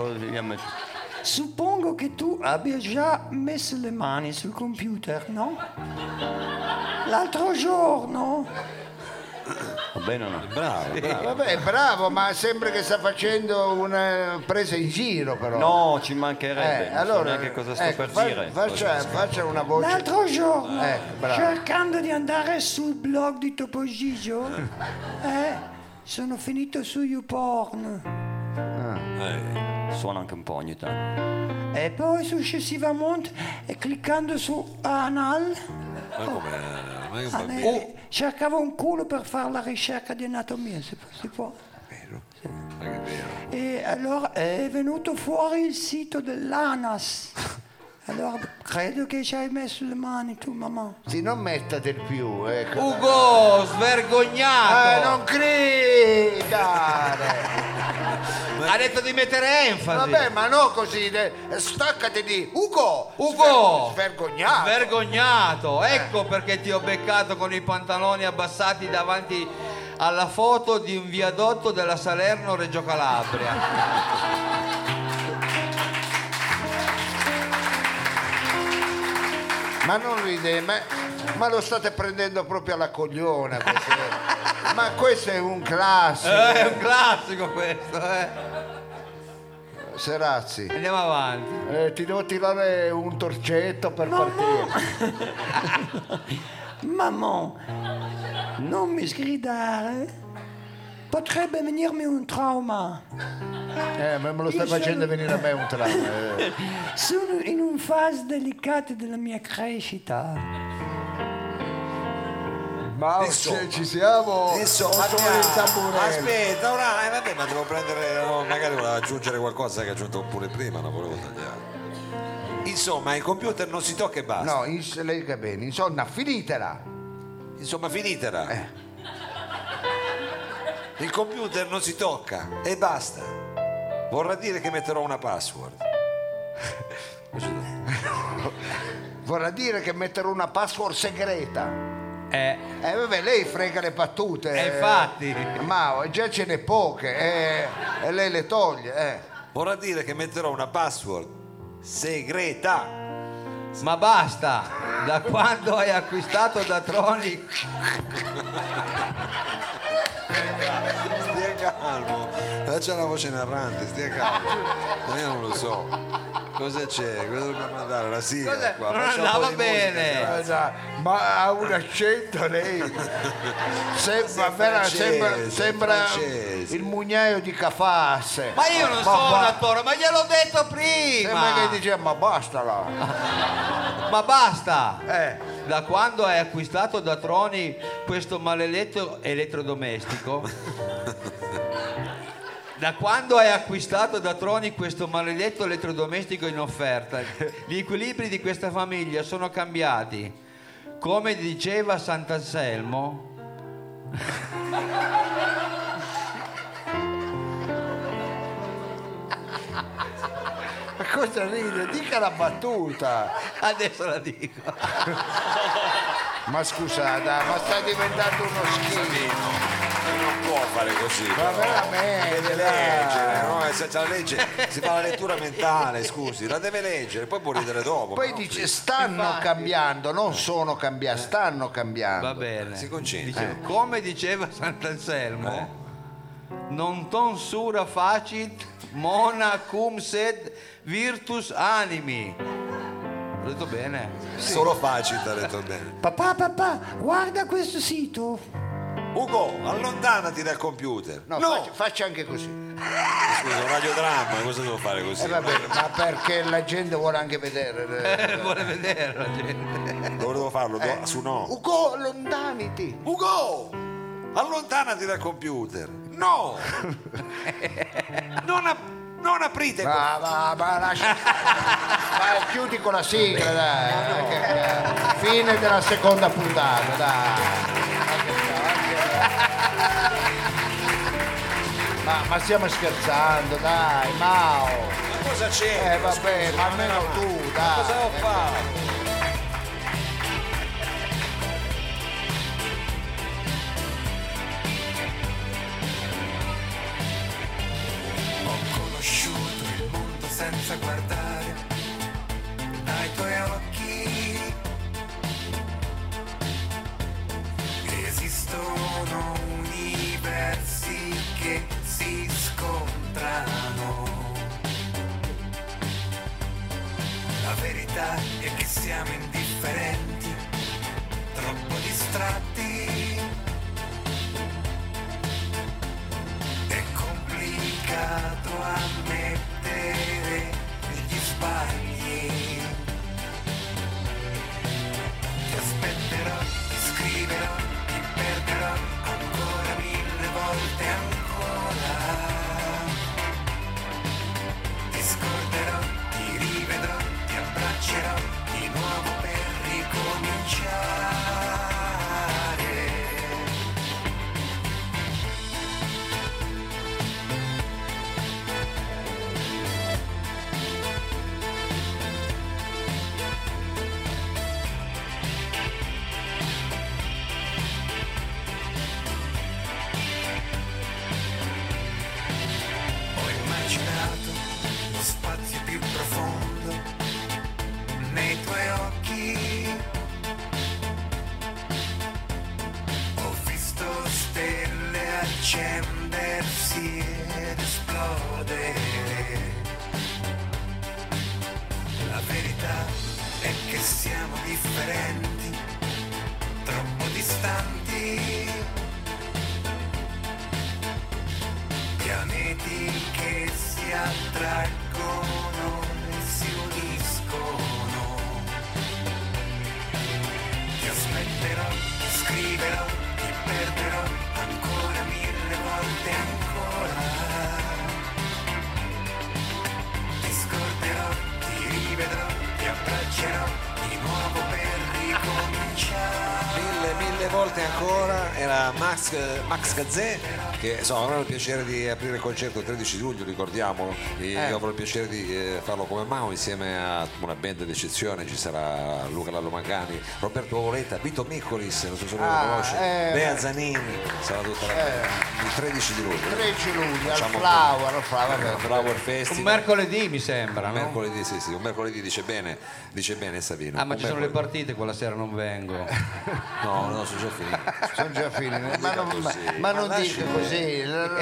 che tu abbia già messo le mani sul computer, no? L'altro giorno Va bene o no? Bravo. Vabbè, bravo, ma sembra che sta facendo una presa in giro però. No, ci mancherebbe. Non so allora, neanche cosa sto ecco, per dire. faccia una voce. L'altro giorno, bravo. cercando di andare sul blog di Topo Gigio, sono finito su YouPorn. Suona anche un po' ogni tanto. E poi successivamente, cliccando su Anal, Ma come un bambino? cercavo un culo per fare la ricerca di anatomia, si può. Ma che vero? E allora è venuto fuori il sito dell'ANAS. Allora credo che ci hai messo le mani tu, mamma. Sì, non metta del più, ecco. Ugo, svergognato! Non gridare! Ha detto di mettere enfasi. Vabbè, ma no così, staccati di Ugo! Svergognato! Vergognato, ecco perché ti ho beccato con i pantaloni abbassati davanti alla foto di un viadotto della Salerno-Reggio Calabria. Ma non ride, ma lo state prendendo proprio alla cogliona. Ma questo è un classico. È un classico questo, Serazzi, Andiamo avanti. ti devo tirare un torcetto per partire. Mamma, non mi sgridare. Potrebbe venirmi un trauma. Ma me lo stai facendo venire a me un trauma. Sono in una fase delicata della mia crescita. Ma ci siamo. Insomma, il tamburello. aspetta, ora, vabbè, ma devo prendere, magari volevo aggiungere qualcosa che ha aggiunto pure prima, non volevo tagliare. Insomma, il computer non si tocca e basta. No, lega bene, insomma, finitela. Insomma, finitela. Il computer non si tocca e basta. Vorrà dire che metterò una password. Vorrà dire che metterò una password segreta. Vabbè, lei frega le battute. Infatti. Ma già ce n'è poche. E lei le toglie. Vorrà dire che metterò una password segreta. Ma basta, da quando hai acquistato da Tronic? Stia calmo, faccia una voce narrante, stia calmo. Ma io non lo so. Cosa c'è? Cosa dobbiamo mandare? La sigla qua. Non Faccia un po' andava di bene. musica, Ma ha un accento lei. Sembra francese. il mugnaio di Cafasse. Ma io non sono un attore, ma gliel'ho detto Sembra che prima! dice ma basta là. Ma basta! Da quando hai acquistato da Troni questo maledetto elettrodomestico? Da quando hai acquistato da Troni questo maledetto elettrodomestico in offerta, gli equilibri di questa famiglia sono cambiati. Come diceva Sant'Anselmo, Ma cosa ride? Dica la battuta. adesso la dico. Ma scusate, ma sta diventando uno schifo. Non può fare così. Ma però. veramente, Deve dai. leggere, no? Senza la legge si fa la lettura mentale, scusi, la deve leggere, poi può ridere dopo. Poi ma no, dice sì. stanno cambiando, non sono cambiati, stanno cambiando. Va bene. Si concentri. Dicevo, come diceva Sant'Anselmo, non ton sura facit mona cum sed virtus animi. L'ho detto bene? Solo facile, ha detto bene. Papà, guarda questo sito. Ugo, allontanati dal computer. No, faccia anche così. Scusa, un radiodramma, cosa devo fare così? Vabbè, ma perché la gente vuole anche vedere. Vuole vedere la gente. Dove devo farlo? Su no. Ugo, allontaniti. Ugo, allontanati dal computer. No! Non aprite. Ma lascia. Vai, chiudi con la sigla, dai. Fine della seconda puntata, dai. Ma stiamo scherzando, dai, Mao. Ma cosa c'è? Vabbè, ma almeno tu, dai. Cosa devo fare? Ho conosciuto il mondo senza guardare ai tuoi occhi. Esistono imparato a mettere gli sbagli. Ti aspetterò, ti scriverò, ti perderò ancora 1000 volte ancora. Ti scorderò, ti rivedrò, ti abbraccerò di nuovo per ricominciare. Ho immaginato lo spazio più profondo nei tuoi occhi. Ho visto stelle accendersi ed esplodere. La verità è che siamo differenti, troppo distanti. Pianeti che si attraggono e si uniscono. Ti aspetterò, ti scriverò, ti perderò ancora 1000 volte ancora. Ti scorderò, ti rivedrò, ti abbraccerò di nuovo per ricominciare. Mille volte ancora era Max Gazzè, che insomma avrò il piacere di aprire il concerto il 13 luglio, ricordiamolo. Io avrò il piacere di farlo come Mao insieme a una band d'eccezione. Ci sarà Luca Lallo Magani, Roberto Voletta, Vito Miccolis, non so se lo conosce, Bea Zanini, sarà tutta la band. Il 13 di luglio. 13 luglio, al Facciamo Flower Festival. Un mercoledì mi sembra, Un no? mercoledì, sì, un mercoledì dice bene Savino. Ah, ma Un ci sono le mercoledì. partite, quella sera non vengo. No, sono già finiti. sono già finiti, ma non, così. ma non Ma dica lasci così.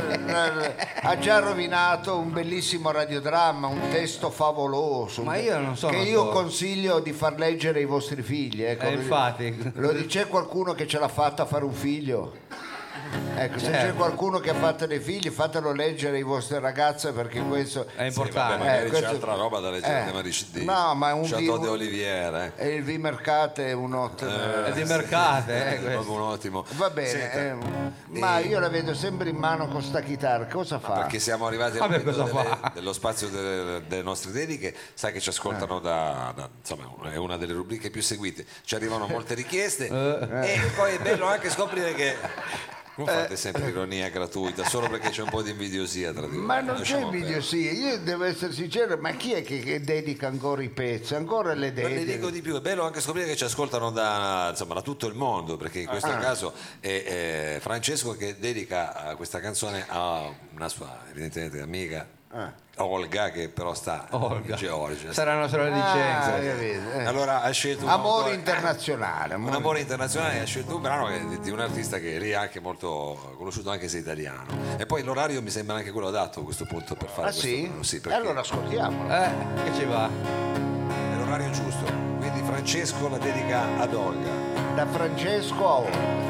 Ha già rovinato un bellissimo radiodramma, un testo favoloso. Ma io non sono che io d'accordo. consiglio di far leggere ai vostri figli. Ecco. Infatti. Lo dice qualcuno che ce l'ha fatta a fare un figlio? Ecco, se c'è Certo. qualcuno che ha fatto dei figli, fatelo leggere ai vostri ragazzi, perché questo È importante. Magari c'è questo- altra roba da leggere prima di no, ma è un Chateau de vivo- Olivier. e il V-Mercate è un ottimo. È di mercate, È questo. proprio un ottimo. Va bene, Senta, ma io la vedo sempre in mano con sta chitarra, cosa fa? perché siamo arrivati al Vabbè, momento cosa fa? dello spazio delle nostre dediche, sai che ci ascoltano insomma, è una delle rubriche più seguite, ci arrivano molte richieste e poi è bello anche scoprire che non fate sempre ironia gratuita solo perché c'è un po' di invidiosia tra di voi. Ma non c'è Lasciamo invidiosia, io devo essere sincero, ma chi è che dedica ancora i pezzi? Ancora le perdere. Ma le dedica? dico di più, è bello anche scoprire che ci ascoltano da tutto il mondo, perché in questo caso è Francesco che dedica questa canzone a una sua evidentemente amica Olga, che però sta in Georgia. Saranno solo le licenze. capito, Allora ha scelto un Amore autore- internazionale. un amore internazionale, ha scelto un brano di un artista che lì è anche molto conosciuto anche se italiano, e poi l'orario mi sembra anche quello adatto a questo punto per fare Ah questo sì? brano. Sì, E perché allora ascoltiamolo. Che ci va? è l'orario giusto, quindi Francesco la dedica ad Olga. Da Francesco a ora.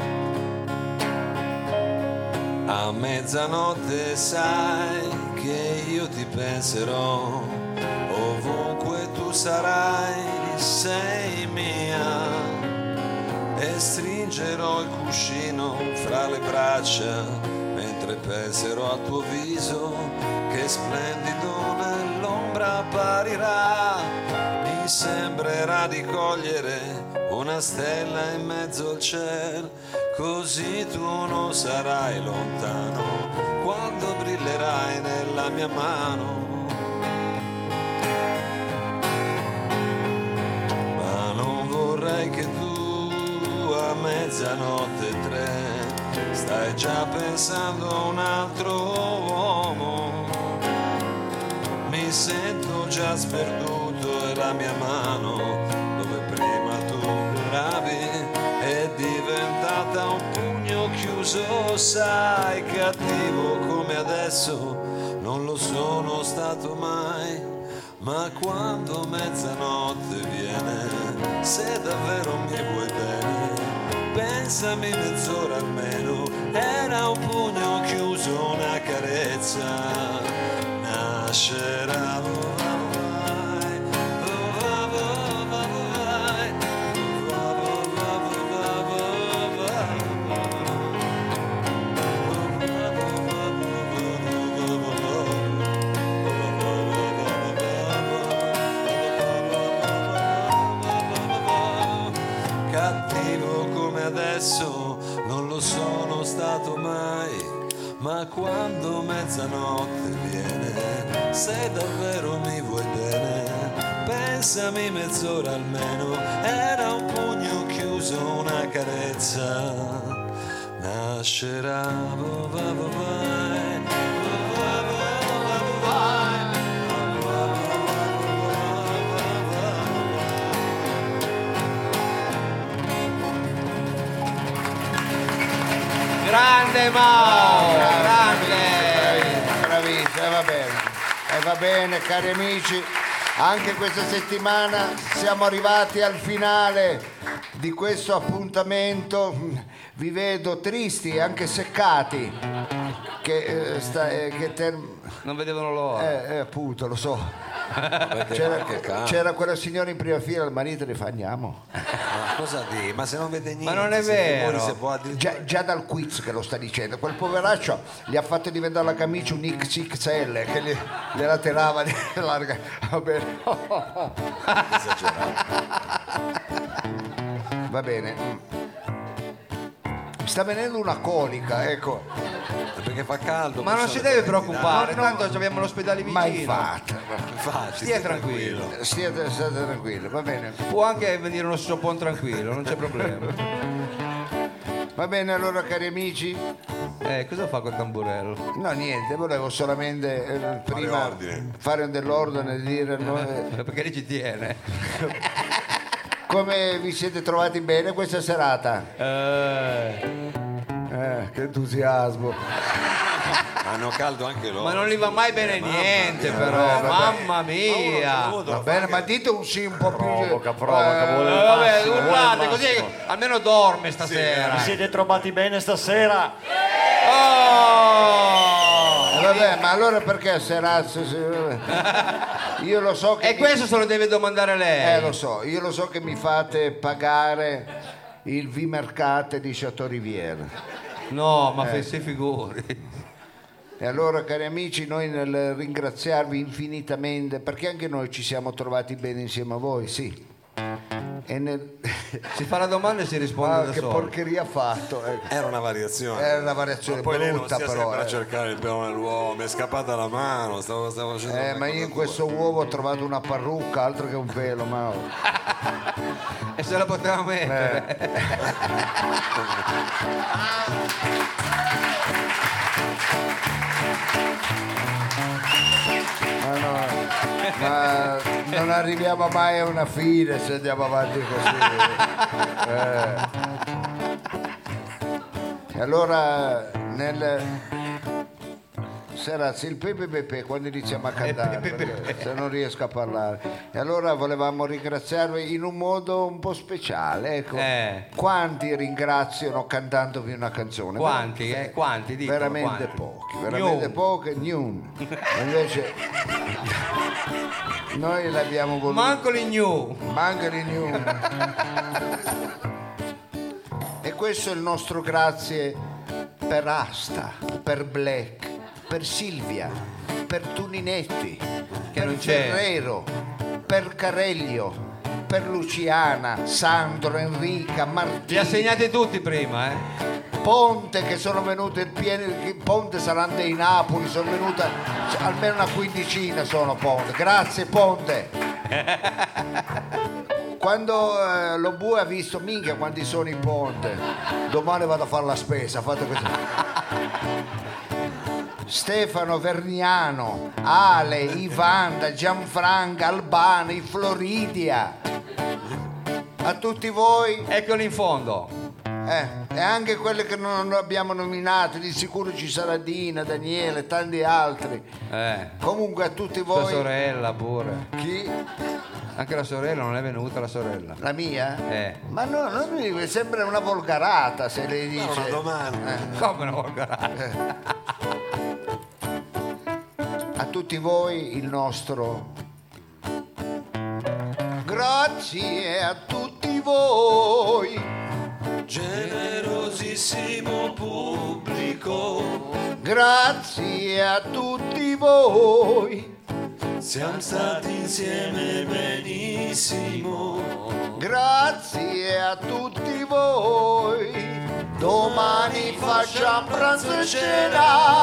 A mezzanotte sai che io ti penserò, ovunque tu sarai, sei mia, e stringerò il cuscino fra le braccia mentre penserò al tuo viso che splendido nell'ombra apparirà. Mi sembrerà di cogliere una stella in mezzo al cielo, così tu non sarai lontano quando brillerai nella mia mano. Ma non vorrei che tu a mezzanotte 3 stai già pensando a un altro uomo. Mi sento già sperduto e la mia mano, dove prima tu miravi, è diventata un pugno chiuso. Sai, cattivo come adesso non lo sono stato mai, ma quando mezzanotte viene, se davvero mi vuoi bene, pensami mezz'ora almeno, era un pugno chiuso, una carezza, ma quando mezzanotte viene, se davvero mi vuoi bene, pensami mezz'ora almeno, era un pugno chiuso, una carezza, nascerà, Grande Mao, grande. Bravissimo, va bene, cari amici, anche questa settimana siamo arrivati al finale di questo appuntamento. Vi vedo tristi e anche seccati, Non vedevano l'ora. appunto, lo so. C'era quella signora in prima fila, il marito le fa andiamo. Ma cosa di? Ma se non vede niente, Ma non è se vero. si può addirittura- Già dal quiz che lo sta dicendo, quel poveraccio gli ha fatto diventare la camicia un XXL che gliela tirava di larga. Va bene. Va bene. Mi sta venendo una colica, ecco. Perché fa caldo. Ma non si deve preoccupare, tanto abbiamo l'ospedale vicino. Ma infatti, Stia tranquillo. state tranquilli, va bene. Può anche venire uno soppon tranquillo, non c'è problema. Va bene allora, cari amici. Cosa fa col tamburello? No, niente, volevo solamente prima ordine. fare dell'ordine e dire Perché lì ci tiene. come vi siete trovati bene questa serata. Che entusiasmo. Hanno caldo anche loro. Ma non gli va mai bene niente, però. vabbè. Mamma mia. Va bene, ma dite un sì un po' più. Provoca, vuole il Vabbè, massimo, vuole il urlate così massimo. almeno dorme stasera. Vi siete trovati bene stasera? Oh! Vabbè, ma allora perché serata? Io lo so che E questo se lo deve domandare lei. lo so, io lo so che mi fate pagare il V-Mercate di Chateau Rivière. No, ma si figuri. E allora, cari amici, noi nel ringraziarvi infinitamente, perché anche noi ci siamo trovati bene insieme a voi, sì. E Si fa la domanda e si risponde da che solo. porcheria ha fatto? Ecco. Era una variazione. Era una variazione Ma poi lei non brutta, stia però. sempre a cercare il pelo nell'uovo, mi è scappata la mano, stavo facendo una Ma io in cosa questo uovo ho trovato una parrucca, altro che un pelo, ma E se la poteva mettere. ma non arriviamo mai a una fine se andiamo avanti così. E allora Serazzi, il Pepe quando iniziamo a cantare, perché se non riesco a parlare. E allora volevamo ringraziarvi in un modo un po' speciale, ecco. Quanti ringraziano cantandovi una canzone? Quanti? Quanti? Dicono, Veramente quanti? pochi, niun. Invece noi l'abbiamo voluto. Manco li new. E questo è il nostro grazie per Asta, per Black, per Silvia, per Tuninetti, per non c'è. Ferrero, per Careglio, per Luciana, Sandro, Enrica, Li Martino, ha segnati tutti prima, Ponte, che sono venute Ponte saranno dei Napoli, sono venute almeno una quindicina, sono Ponte. Grazie Ponte. Quando lo bue ha visto, minchia quanti sono i Ponte, domani vado a fare la spesa, fate così. Stefano, Verniano, Ale, Ivanda, Gianfranca, Albani, Floridia, a tutti voi. Eccoli in fondo. E anche quelle che non abbiamo nominato, di sicuro ci sarà Dina, Daniele, tanti altri. Comunque a tutti Sua voi. sorella pure. Chi? Anche la sorella, non è venuta la sorella. La mia? Ma no, non mi dico, è sempre una volgarata se lei dice. una domanda. Come una volgarata? A tutti voi il nostro grazie a tutti voi, generosissimo pubblico, grazie a tutti voi, siamo stati insieme benissimo, grazie a tutti voi, domani facciamo pranzo e cena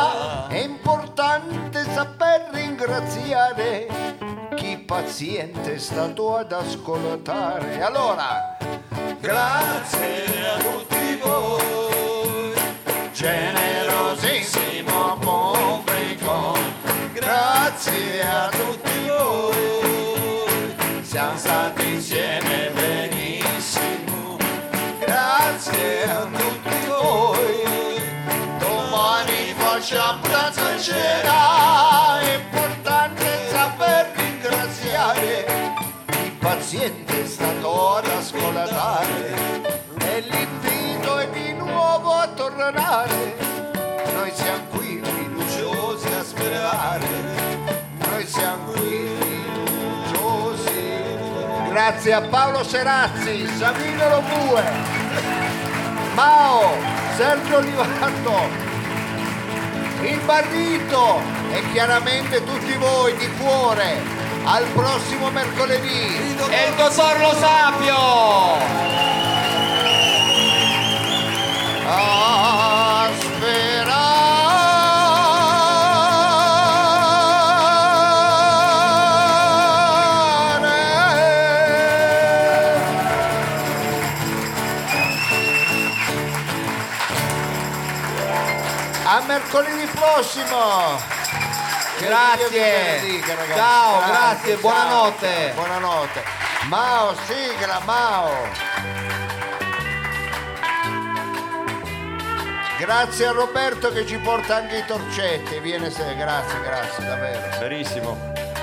saper ringraziare chi paziente è stato ad ascoltare. Allora, grazie a tutti voi, generosissimo pubblico, grazie a tutti voi, siamo stati insieme benissimo, grazie a tutti voi, domani facciamo pranzo e cena, è importante saper ringraziare il paziente è stato ad ascoltare e l'invito è di nuovo a tornare. Noi siamo qui fiduciosi a sperare, noi siamo qui fiduciosi. Grazie a Paolo Serazzi, Savino Lobue, Mao, Sergio Olivato, il Barrito e chiaramente tutti voi di cuore. Al prossimo mercoledì E il dottor Lo Sapio! a sperare. A mercoledì prossimo. Che Dio vi benedica, ragazzi. Ciao, grazie, buonanotte. Buonanotte. Mao, sigla, Mao. Grazie a Roberto che ci porta anche i torcetti. Viene grazie, davvero. Verissimo.